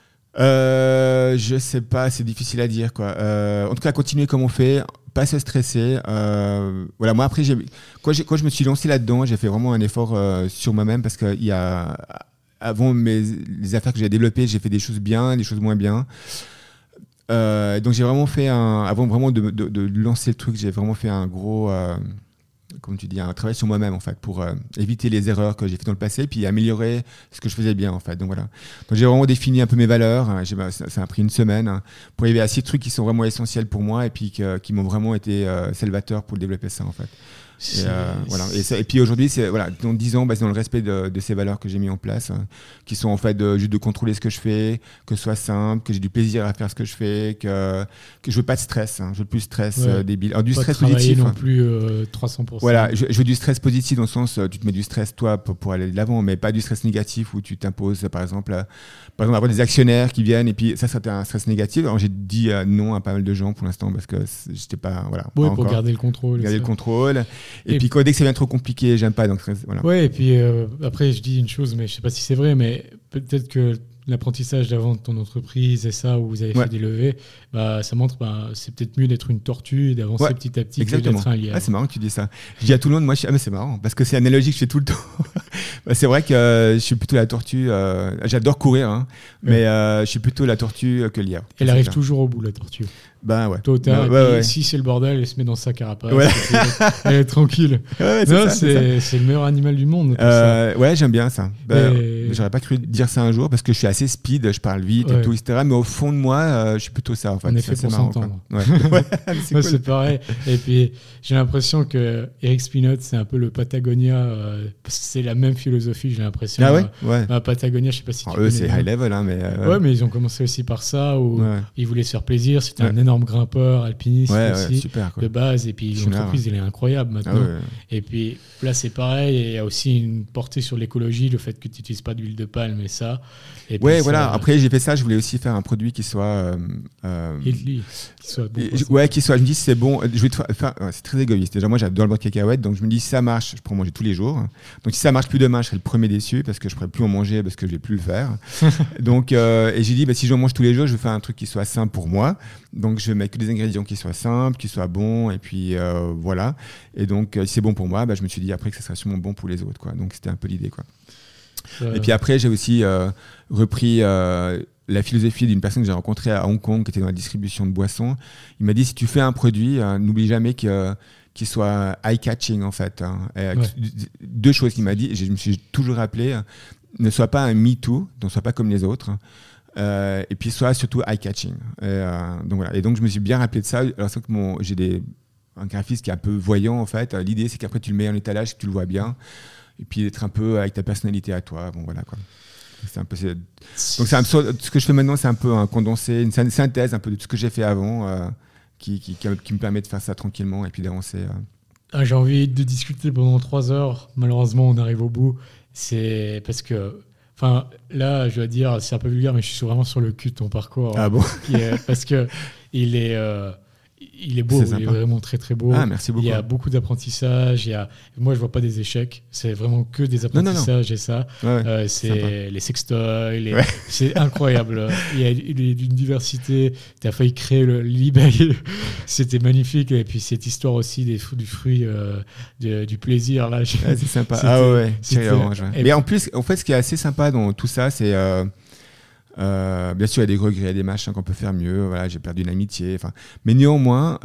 Je sais pas, c'est difficile à dire, quoi. En tout cas, continuer comme on fait, pas se stresser. Voilà, moi après, quand je me suis lancé là-dedans, j'ai fait vraiment un effort sur moi-même parce que avant les affaires que j'ai développées, j'ai fait des choses bien, des choses moins bien. Donc j'ai vraiment fait avant vraiment de lancer le truc, j'ai vraiment fait un gros comme tu dis, un travail sur moi-même en fait pour éviter les erreurs que j'ai fait dans le passé puis améliorer ce que je faisais bien en fait. Donc voilà. Donc j'ai vraiment défini un peu mes valeurs. Ça a pris une semaine pour arriver à 6 trucs qui sont vraiment essentiels pour moi et puis qui m'ont vraiment été salvateurs pour développer ça en fait. Voilà. Et puis aujourd'hui, c'est dans 10 ans, c'est dans le respect de ces valeurs que j'ai mis en place, qui sont en fait juste de contrôler ce que je fais, que ce soit simple, que j'ai du plaisir à faire ce que je fais, que je veux pas de stress, je veux plus de stress débile. Alors, du pas stress positif. Non plus 300%. Voilà, je veux du stress positif dans le sens, tu te mets du stress toi pour aller de l'avant, mais pas du stress négatif où tu t'imposes, par exemple avoir des actionnaires qui viennent et puis ça c'était un stress négatif. Alors j'ai dit non à pas mal de gens pour l'instant parce que j'étais pas pas pour garder le contrôle. Garder le contrôle. Et puis dès que ça devient trop compliqué, j'aime pas. Donc voilà. Ouais, et puis après je dis une chose, mais je sais pas si c'est vrai, mais peut-être que l'apprentissage d'avant de ton entreprise et ça, où vous avez fait des levées, ça montre c'est peut-être mieux d'être une tortue et d'avancer petit à petit que d'être un lièvre. C'est marrant que tu dis ça. Je dis à tout le monde, moi, mais c'est marrant, parce que c'est analogique, je fais tout le temps. C'est vrai que je suis plutôt la tortue, j'adore courir, mais je suis plutôt la tortue que le lièvre. Elle arrive toujours au bout, la tortue. Tôt ou tard, si c'est le bordel, elle se met dans sa carapace. Elle est tranquille. C'est le meilleur animal du monde. Ouais, j'aime bien ça. J'aurais pas cru dire ça un jour parce que je suis assez speed, je parle vite et tout, etc. Mais au fond de moi, je suis plutôt ça. En fait. On est fait pour s'entendre. C'est pareil. Et puis, j'ai l'impression que Eric's Peanuts, c'est un peu le Patagonia. C'est la même philosophie, j'ai l'impression. Ah ouais. Patagonia, je sais pas si tu connais. Eux, c'est high level, mais. Ouais, mais ils ont commencé aussi par ça, où ils voulaient se faire plaisir. C'était un énorme grimpeur, alpiniste aussi, super, de base. Et puis, l'entreprise, elle est incroyable maintenant. Et puis, là, c'est pareil. Il y a aussi une portée sur l'écologie, le fait que tu n'utilises pas d'huile de palme et ça. Et puis voilà. Après, j'ai fait ça. Je voulais aussi faire un produit qui soit. Healthy, qui soit bon. Je me dis, c'est bon. C'est très égoïste. Déjà, moi, j'adore le beurre de cacahuète. Donc, je me dis, si ça marche, je pourrais manger tous les jours. Donc, si ça marche plus demain, je serai le premier déçu parce que je ne pourrai plus en manger parce que je ne vais plus le faire. Donc, et j'ai dit, si je mange tous les jours, je vais faire un truc qui soit simple pour moi. Donc, je vais mettre que des ingrédients qui soient simples, qui soient bons. Et puis, voilà. Et donc, si c'est bon pour moi, je me suis dit après que ça serait sûrement bon pour les autres, quoi. Donc, c'était un peu l'idée, quoi. Et puis après, j'ai aussi repris la philosophie d'une personne que j'ai rencontrée à Hong Kong qui était dans la distribution de boissons. Il m'a dit, si tu fais un produit, n'oublie jamais qu'il soit eye-catching, en fait. Deux choses qu'il m'a dit, et je me suis toujours rappelé, ne sois pas un me-too, ne sois pas comme les autres. Et puis sois surtout eye-catching. Donc voilà. Et donc, je me suis bien rappelé de ça. Alors, c'est que j'ai un graphiste qui est un peu voyant, en fait. L'idée, c'est qu'après, tu le mets en étalage, que tu le vois bien. Et puis d'être un peu avec ta personnalité à toi. Bon, voilà, quoi. C'est un peu, donc ce que je fais maintenant, c'est un peu un condensé, une synthèse un peu de tout ce que j'ai fait avant, qui me permet de faire ça tranquillement et puis d'avancer. J'ai envie de discuter pendant 3 heures. Malheureusement, on arrive au bout. C'est parce que, enfin, là, je dois dire, c'est un peu vulgaire, mais je suis vraiment sur le cul de ton parcours. Ah bon? Parce que il est beau, il est vraiment très très beau. Ah, merci beaucoup. Il y a beaucoup d'apprentissage. Moi, je vois pas des échecs. C'est vraiment que des apprentissages et ça. Ouais, c'est les sextoys. C'est incroyable. Il y a une diversité. Tu as failli créer le Libé. C'était magnifique. Et puis cette histoire aussi du fruit du plaisir. Là, c'est sympa. Ah ouais. Mais en plus, en fait, ce qui est assez sympa dans tout ça, c'est bien sûr, il y a des regrets, des machins qu'on peut faire mieux. Voilà, j'ai perdu une amitié. Mais néanmoins,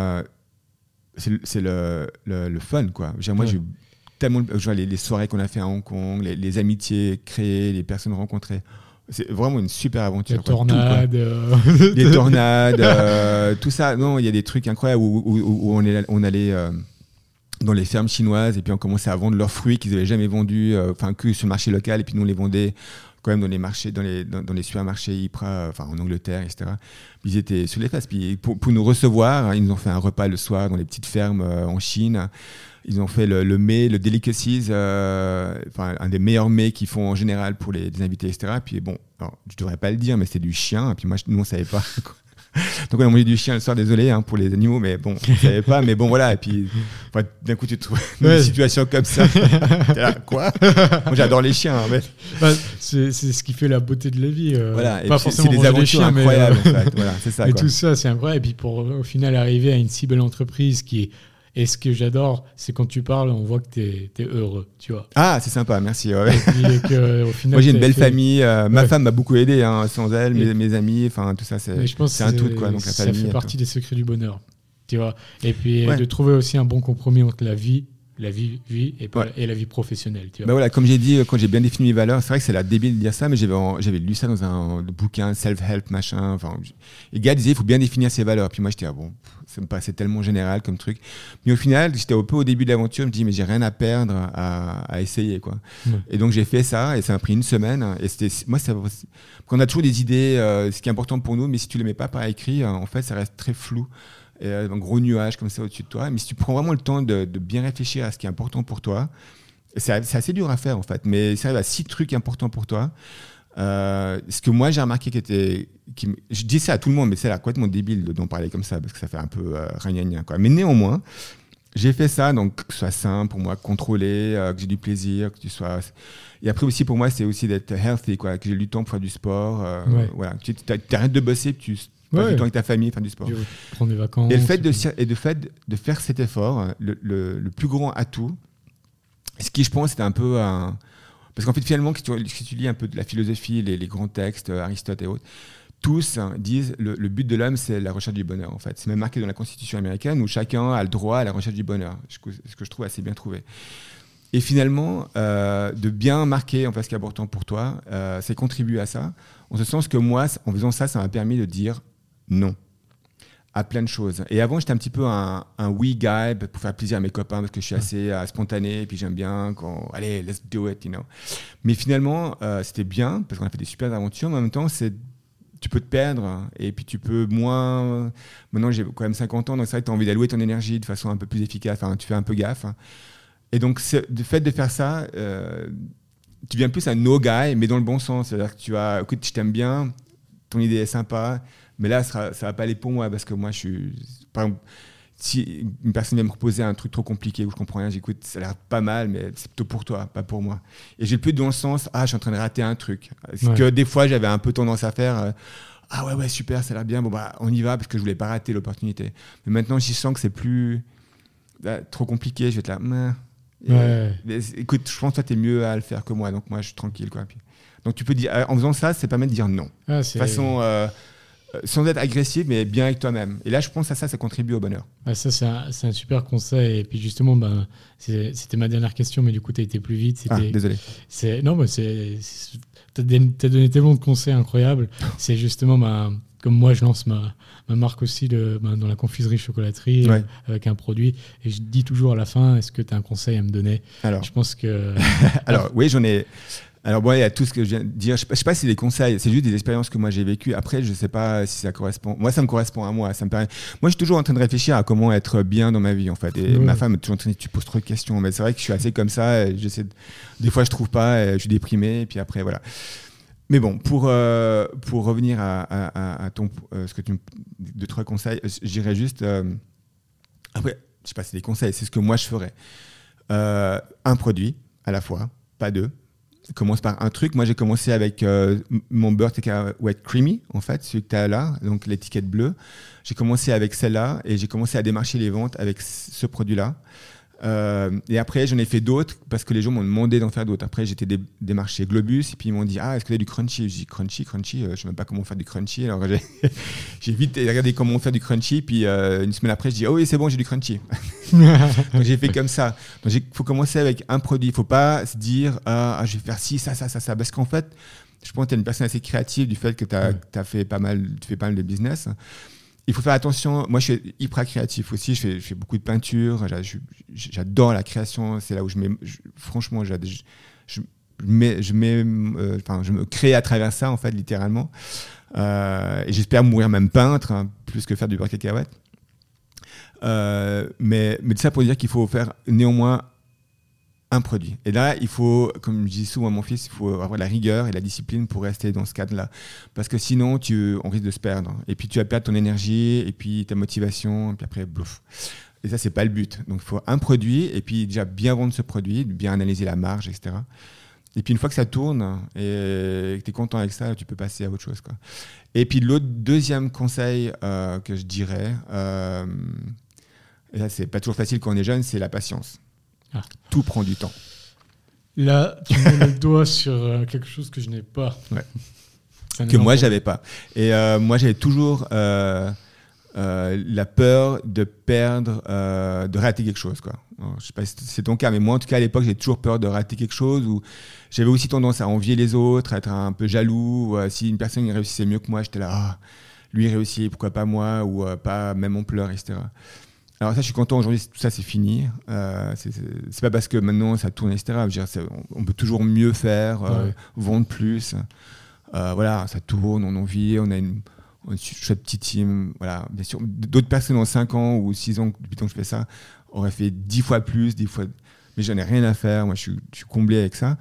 c'est le fun, quoi. Moi, j'ai tellement les soirées qu'on a fait à Hong Kong, les amitiés créées, les personnes rencontrées. C'est vraiment une super aventure. Les tornades, tout ça. Non, il y a des trucs incroyables où on allait dans les fermes chinoises et puis on commençait à vendre leurs fruits qu'ils n'avaient jamais vendus, que sur le marché local, et puis nous on les vendait quand même dans les marchés, dans les supermarchés Ypres, en Angleterre, etc. Ils étaient sur les fesses. Puis pour nous recevoir, ils nous ont fait un repas le soir dans les petites fermes en Chine. Ils ont fait le mets, le delicacies, un des meilleurs mets qu'ils font en général pour les invités, etc. Puis bon, alors, je devrais pas le dire, mais c'est du chien. Et puis nous, on savait pas. Donc on a mangé du chien le soir, désolé pour les animaux, mais bon, on savait pas, mais bon voilà. Et puis d'un coup tu te trouves dans une situation comme ça. T'es là, quoi? Moi j'adore les chiens. C'est ce qui fait la beauté de la vie. Voilà, pas forcément c'est des aventures chiens, incroyables. En fait. Voilà, c'est ça. Et tout ça, c'est incroyable. Et puis pour au final arriver à une si belle entreprise qui est. Et ce que j'adore, c'est quand tu parles, on voit que tu es heureux, tu vois. Ah, c'est sympa, merci. Ouais. Et puis au final, moi, j'ai une belle famille. Ma femme m'a beaucoup aidé. Sans elle, mes amis, tout ça, c'est un tout. Quoi, donc, ça fait partie des secrets du bonheur, tu vois. Et puis de trouver aussi un bon compromis entre la vie et la vie professionnelle. Tu vois. Voilà, comme j'ai dit, quand j'ai bien défini mes valeurs, c'est vrai que c'est la débile de dire ça, mais j'avais lu ça dans un bouquin, self-help, machin. Les gars disaient, il faut bien définir ses valeurs. Puis moi, j'étais, ça me paraissait tellement général comme truc. Mais au final, j'étais un peu au début de l'aventure, je me dis, mais j'ai rien à perdre à essayer, quoi. Et donc, j'ai fait ça, et ça m'a pris une semaine. Et on a toujours des idées, ce qui est important pour nous, mais si tu les mets pas par écrit, en fait, ça reste très flou. Et un gros nuage comme ça au-dessus de toi. Mais si tu prends vraiment le temps de bien réfléchir à ce qui est important pour toi, c'est assez dur à faire en fait, mais ça arrive à 6 trucs importants pour toi. Ce que moi j'ai remarqué je dis ça à tout le monde, mais c'est complètement débile d'en parler comme ça, parce que ça fait un peu ragnagna, quoi. Mais néanmoins, j'ai fait ça, donc que ce soit simple pour moi, contrôlé, que j'ai du plaisir, que tu sois... Et après aussi pour moi, c'est aussi d'être healthy, quoi, que j'ai du temps pour faire du sport. Voilà. Tu arrêtes de bosser, tu passes du temps avec ta famille, faire du sport. Prendre des vacances. Et le fait de faire cet effort, le plus grand atout, ce qui je pense c'était un peu parce qu'en fait finalement si tu lis un peu de la philosophie, les grands textes, Aristote et autres, tous disent le but de l'homme c'est la recherche du bonheur en fait. C'est même marqué dans la Constitution américaine où chacun a le droit à la recherche du bonheur, ce que je trouve assez bien trouvé. Et finalement, de bien marquer en fait ce qui est important pour toi, c'est contribuer à ça, en ce sens que moi, en faisant ça, ça m'a permis de dire non à plein de choses. Et avant, j'étais un petit peu un oui guy pour faire plaisir à mes copains parce que je suis assez spontané et puis j'aime bien quand allez, let's do it, you know. Mais finalement, c'était bien parce qu'on a fait des super aventures, mais en même temps, tu peux te perdre et puis tu peux moins. Maintenant, j'ai quand même 50 ans, donc c'est vrai que tu as envie d'allouer ton énergie de façon un peu plus efficace. Tu fais un peu gaffe. Et donc, le fait de faire ça, tu deviens plus un no guy, mais dans le bon sens. C'est-à-dire que écoute, je t'aime bien, ton idée est sympa. Mais là, ça va pas aller pour moi parce que moi, par exemple, si une personne vient me proposer un truc trop compliqué où je comprends rien, j'écoute, ça a l'air pas mal, mais c'est plutôt pour toi, pas pour moi. Et j'ai plus dans le sens, je suis en train de rater un truc. Parce que des fois, j'avais un peu tendance à faire, ouais, super, ça a l'air bien, on y va parce que je voulais pas rater l'opportunité. Mais maintenant, j'y sens que c'est plus trop compliqué, je vais être là, mais, écoute, je pense que toi, t'es mieux à le faire que moi, donc moi, je suis tranquille, quoi. Donc, tu peux dire, en faisant ça, ça permet de dire non. De façon. Sans être agressif, mais bien avec toi-même. Et là, je pense à ça contribue au bonheur. Ça, c'est un super conseil. Et puis justement, c'était ma dernière question, mais du coup, tu as été plus vite. Désolé. Non, mais tu as donné tellement de conseils incroyables. C'est justement, comme moi, je lance ma marque aussi dans la confiserie chocolaterie avec un produit. Et je dis toujours à la fin, est-ce que tu as un conseil à me donner? Alors, je pense que... Alors, oui, j'en ai... Alors bon, il y a tout ce que je viens de dire. Je sais pas si c'est des conseils, c'est juste des expériences que moi j'ai vécues. Après, je sais pas si ça correspond. Moi, ça me correspond à moi. Ça me paraît. Moi, je suis toujours en train de réfléchir à comment être bien dans ma vie, en fait. Et ma femme est toujours en train de dire, tu poses trop de questions. Mais c'est vrai que je suis assez comme ça. Et des fois, je trouve pas. Et je suis déprimé. Et puis après, voilà. Mais bon, pour revenir à ton, ce que tu deux, trois conseils, je dirais juste. Après, je sais pas si c'est des conseils, c'est ce que moi je ferais. Un produit à la fois, pas deux. Commence par un truc. Moi, j'ai commencé avec mon beurre cacahuète creamy, en fait, celui que tu as là, donc l'étiquette bleue. J'ai commencé avec celle-là et j'ai commencé à démarcher les ventes avec ce produit-là. Et après, j'en ai fait d'autres parce que les gens m'ont demandé d'en faire d'autres. Après, j'étais démarché Globus et puis ils m'ont dit est-ce que tu as du crunchy? J'ai dit crunchy, je ne sais même pas comment faire du crunchy. Alors j'ai vite regardé comment faire du crunchy. Puis une semaine après, je dis oh oui, c'est bon, j'ai du crunchy. Donc j'ai fait comme ça. Donc il faut commencer avec un produit. Il ne faut pas se dire je vais faire ci, ça. Parce qu'en fait, je pense que tu es une personne assez créative du fait que tu fais pas mal de business. Il faut faire attention. Moi, je suis hyper créatif aussi. Je fais beaucoup de peinture. J'adore la création. C'est là où franchement, je me crée à travers ça, en fait, littéralement. Et j'espère mourir même peintre, plus que faire du beurre cacahuète. Mais ça pour dire qu'il faut faire néanmoins un produit. Et là, il faut, comme je dis souvent à mon fils, il faut avoir la rigueur et la discipline pour rester dans ce cadre-là. Parce que sinon, on risque de se perdre. Et puis, tu vas perdre ton énergie, et puis ta motivation, et puis après, blouf. Et ça, c'est pas le but. Donc, il faut un produit, et puis déjà bien vendre ce produit, bien analyser la marge, etc. Et puis, une fois que ça tourne, et que tu es content avec ça, tu peux passer à autre chose, quoi. Et puis, deuxième conseil que je dirais, et ça, c'est pas toujours facile quand on est jeune, c'est la patience. Tout prend du temps. Là, tu mets le doigt sur quelque chose que je n'ai pas. Ouais. Que moi, j'avais pas. Et moi, j'avais toujours la peur de perdre, de rater quelque chose, quoi. Alors, je sais pas si c'est ton cas, mais moi, en tout cas, à l'époque, j'ai toujours peur de rater quelque chose. Ou j'avais aussi tendance à envier les autres, à être un peu jaloux. Si une personne réussissait mieux que moi, j'étais là, lui réussit, pourquoi pas moi, ou pas même ampleur, etc. Alors ça, je suis content aujourd'hui, tout ça c'est fini. C'est pas parce que maintenant ça tourne, etc. Je veux dire, on peut toujours mieux faire, vendre plus. Voilà, ça tourne, on en vit, on a une chouette petite team. Voilà, bien sûr, d'autres personnes en 5 ans ou 6 ans depuis que je fais ça auraient fait 10 fois plus, 10 fois. Mais j'en ai rien à faire. Moi, je suis comblé avec ça.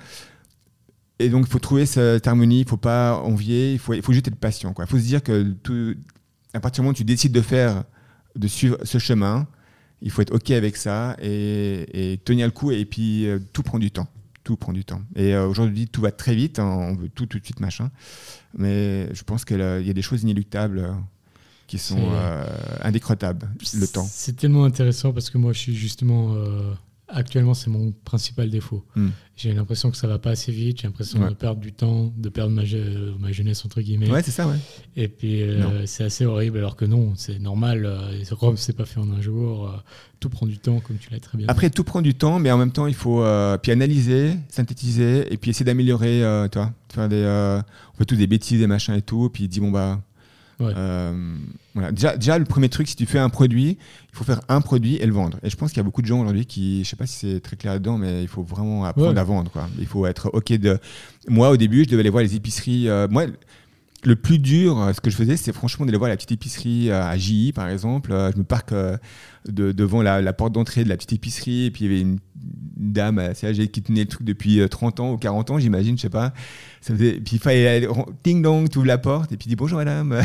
Et donc, il faut trouver cette harmonie. Il faut pas envier. Il faut juste être patient, quoi. Il faut se dire que à partir du moment où tu décides de suivre ce chemin, il faut être OK avec ça et tenir le coup, et puis tout prend du temps. Tout prend du temps. Et aujourd'hui, tout va très vite, hein, on veut tout de suite, machin. Mais je pense qu'il y a des choses inéluctables qui sont indécrottables, le temps. C'est tellement intéressant parce que moi, je suis justement... actuellement, c'est mon principal défaut. J'ai l'impression que ça va pas assez vite, j'ai l'impression de perdre du temps, de perdre ma jeunesse, entre guillemets. Ouais, c'est ça, ouais. Et puis, c'est assez horrible, alors que non, c'est normal. Rome, c'est pas fait en un jour. Tout prend du temps, comme tu l'as très bien dit. Après, tout prend du temps, mais en même temps, il faut puis analyser, synthétiser, et puis essayer d'améliorer, faire on fait tous des bêtises, des machins et tout, puis dire, bon, bah... Ouais. Voilà. Déjà, le premier truc, si tu fais un produit, il faut faire un produit et le vendre. Et je pense qu'il y a beaucoup de gens aujourd'hui qui, je sais pas si c'est très clair là-dedans, mais il faut vraiment apprendre à vendre, quoi. Il faut être OK Moi, au début, je devais aller voir les épiceries. Moi, le plus dur, ce que je faisais, c'est franchement d'aller voir la petite épicerie à JI, par exemple. Je me parque devant la porte d'entrée de la petite épicerie, et puis il y avait une dame assez âgée qui tenait le truc depuis 30 ans ou 40 ans, j'imagine, je sais pas. Puis il fallait aller, ding dong, tu ouvres la porte, et puis il dit bonjour madame.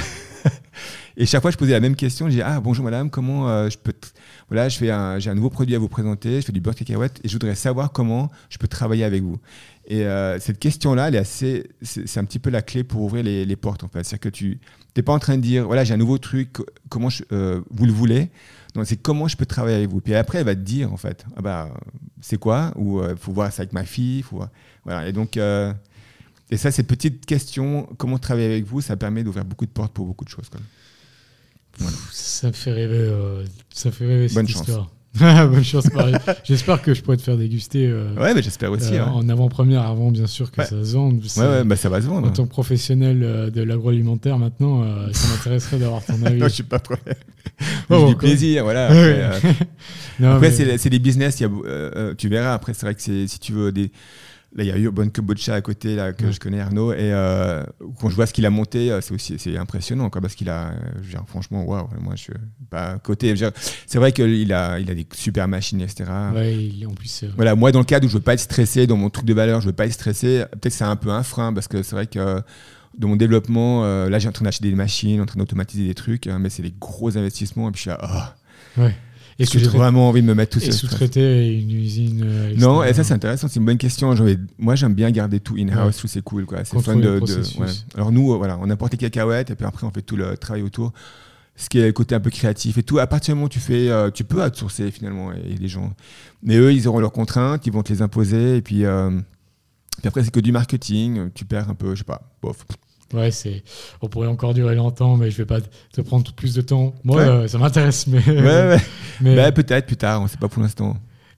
Et chaque fois, je posais la même question. Je dis bonjour madame, comment je peux. Voilà, j'ai un nouveau produit à vous présenter, je fais du beurre cacahuète, et je voudrais savoir comment je peux travailler avec vous. Et cette question-là, c'est un petit peu la clé pour ouvrir les portes, en fait. C'est-à-dire que tu n'es pas en train de dire, voilà, j'ai un nouveau truc, comment vous le voulez. Donc, c'est comment je peux travailler avec vous. Puis après, elle va te dire, en fait, c'est quoi? Ou il faut voir ça avec ma fille. Voilà. Et donc, et ça, ces petites questions, comment travailler avec vous, ça permet d'ouvrir beaucoup de portes pour beaucoup de choses, quoi. Voilà. Ça me fait rêver, cette Bonne histoire. chance. Bonne chance, pareil. J'espère que je pourrai te faire déguster ouais, mais j'espère aussi, en avant-première, avant bien sûr que ça se vende. Ouais, ça va se vendre. En tant que professionnel de l'agroalimentaire maintenant, ça m'intéresserait d'avoir ton avis. Non, je suis pas prêt. J'ai du plaisir, voilà. Après, c'est des business. Tu verras, après, c'est vrai que si tu veux Là, il y a Urban Kombucha à côté, là, que je connais, Arnaud. Et quand je vois ce qu'il a monté, c'est impressionnant, quoi, parce qu'il a, franchement, waouh, moi, je suis pas à côté. C'est vrai qu'il a des super machines, etc. Ouais, en plus. Voilà, moi, dans le cadre où je veux pas être stressé, dans mon truc de valeur, je veux pas être stressé, peut-être que c'est un peu un frein, parce que c'est vrai que dans mon développement, là, j'ai en train d'acheter des machines, en train d'automatiser des trucs, mais c'est des gros investissements, et puis je suis là, ouais. Est-ce que j'ai vraiment envie de me mettre tout seul? Et sous-traiter une usine non, et ça c'est intéressant, c'est une bonne question. Moi j'aime bien garder tout in-house, tout c'est cool, quoi. C'est fun de ouais. Alors nous, voilà, on apporte les cacahuètes et puis après on fait tout le travail autour. Ce qui est le côté un peu créatif et tout. À partir du moment où tu peux outsourcer finalement et les gens. Mais eux, ils auront leurs contraintes, ils vont te les imposer et puis après c'est que du marketing. Tu perds un peu, je sais pas, bof. Ouais, on pourrait encore durer longtemps, mais je vais pas te prendre plus de temps. Moi, ça m'intéresse, mais. Mais bah, peut-être plus tard, on sait pas pour l'instant.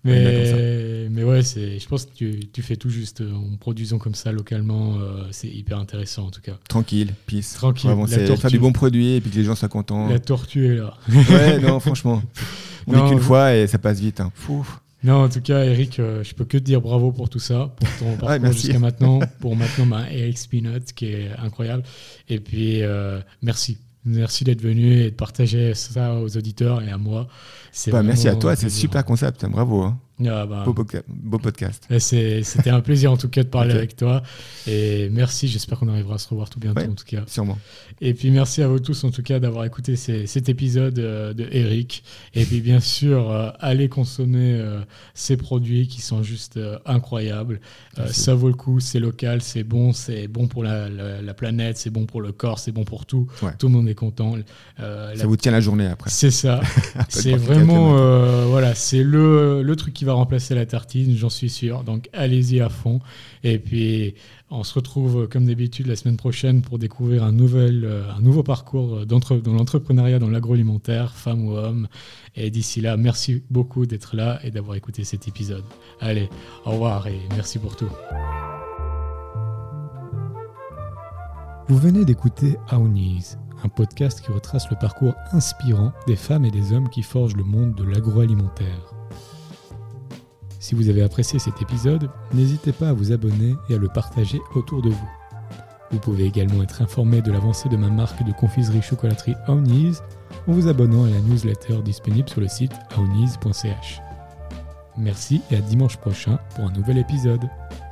Mais ouais, je pense que tu fais tout juste en produisant comme ça localement. C'est hyper intéressant en tout cas. Tranquille, peace. Tranquille. Faire du bon produit et puis que les gens soient contents. La tortue est là. Ouais, non, franchement. On vit qu'une fois et ça passe vite. Hein. Non, en tout cas, Eric, je peux que te dire bravo pour tout ça, pour ton parcours jusqu'à maintenant, pour maintenant Eric Spinot, qui est incroyable. Et puis, merci. Merci d'être venu et de partager ça aux auditeurs et à moi. Merci à toi, c'est super concept. Bravo. Hein. Beau podcast. C'était un plaisir en tout cas de parler avec toi. Et merci, j'espère qu'on arrivera à se revoir tout bientôt en tout cas. Sûrement. Et puis merci à vous tous en tout cas d'avoir écouté cet épisode de Eric. Et puis bien sûr, allez consommer ces produits qui sont juste incroyables. Ça vaut le coup, c'est local, c'est bon pour la planète, c'est bon pour le corps, c'est bon pour tout. Ouais. Tout le monde est content. Ça vous tient la journée après. C'est ça. C'est vraiment, voilà, c'est le truc qui va remplacer la tartine, j'en suis sûr. Donc allez-y à fond. Et puis on se retrouve comme d'habitude la semaine prochaine pour découvrir un nouveau parcours dans l'entrepreneuriat, dans l'agroalimentaire, femme ou homme. Et d'ici là, merci beaucoup d'être là et d'avoir écouté cet épisode. Allez, au revoir et merci pour tout. Vous venez d'écouter Aouniz, un podcast qui retrace le parcours inspirant des femmes et des hommes qui forgent le monde de l'agroalimentaire. Si vous avez apprécié cet épisode, n'hésitez pas à vous abonner et à le partager autour de vous. Vous pouvez également être informé de l'avancée de ma marque de confiserie-chocolaterie Aouniz en vous abonnant à la newsletter disponible sur le site aouniz.ch. Merci et à dimanche prochain pour un nouvel épisode.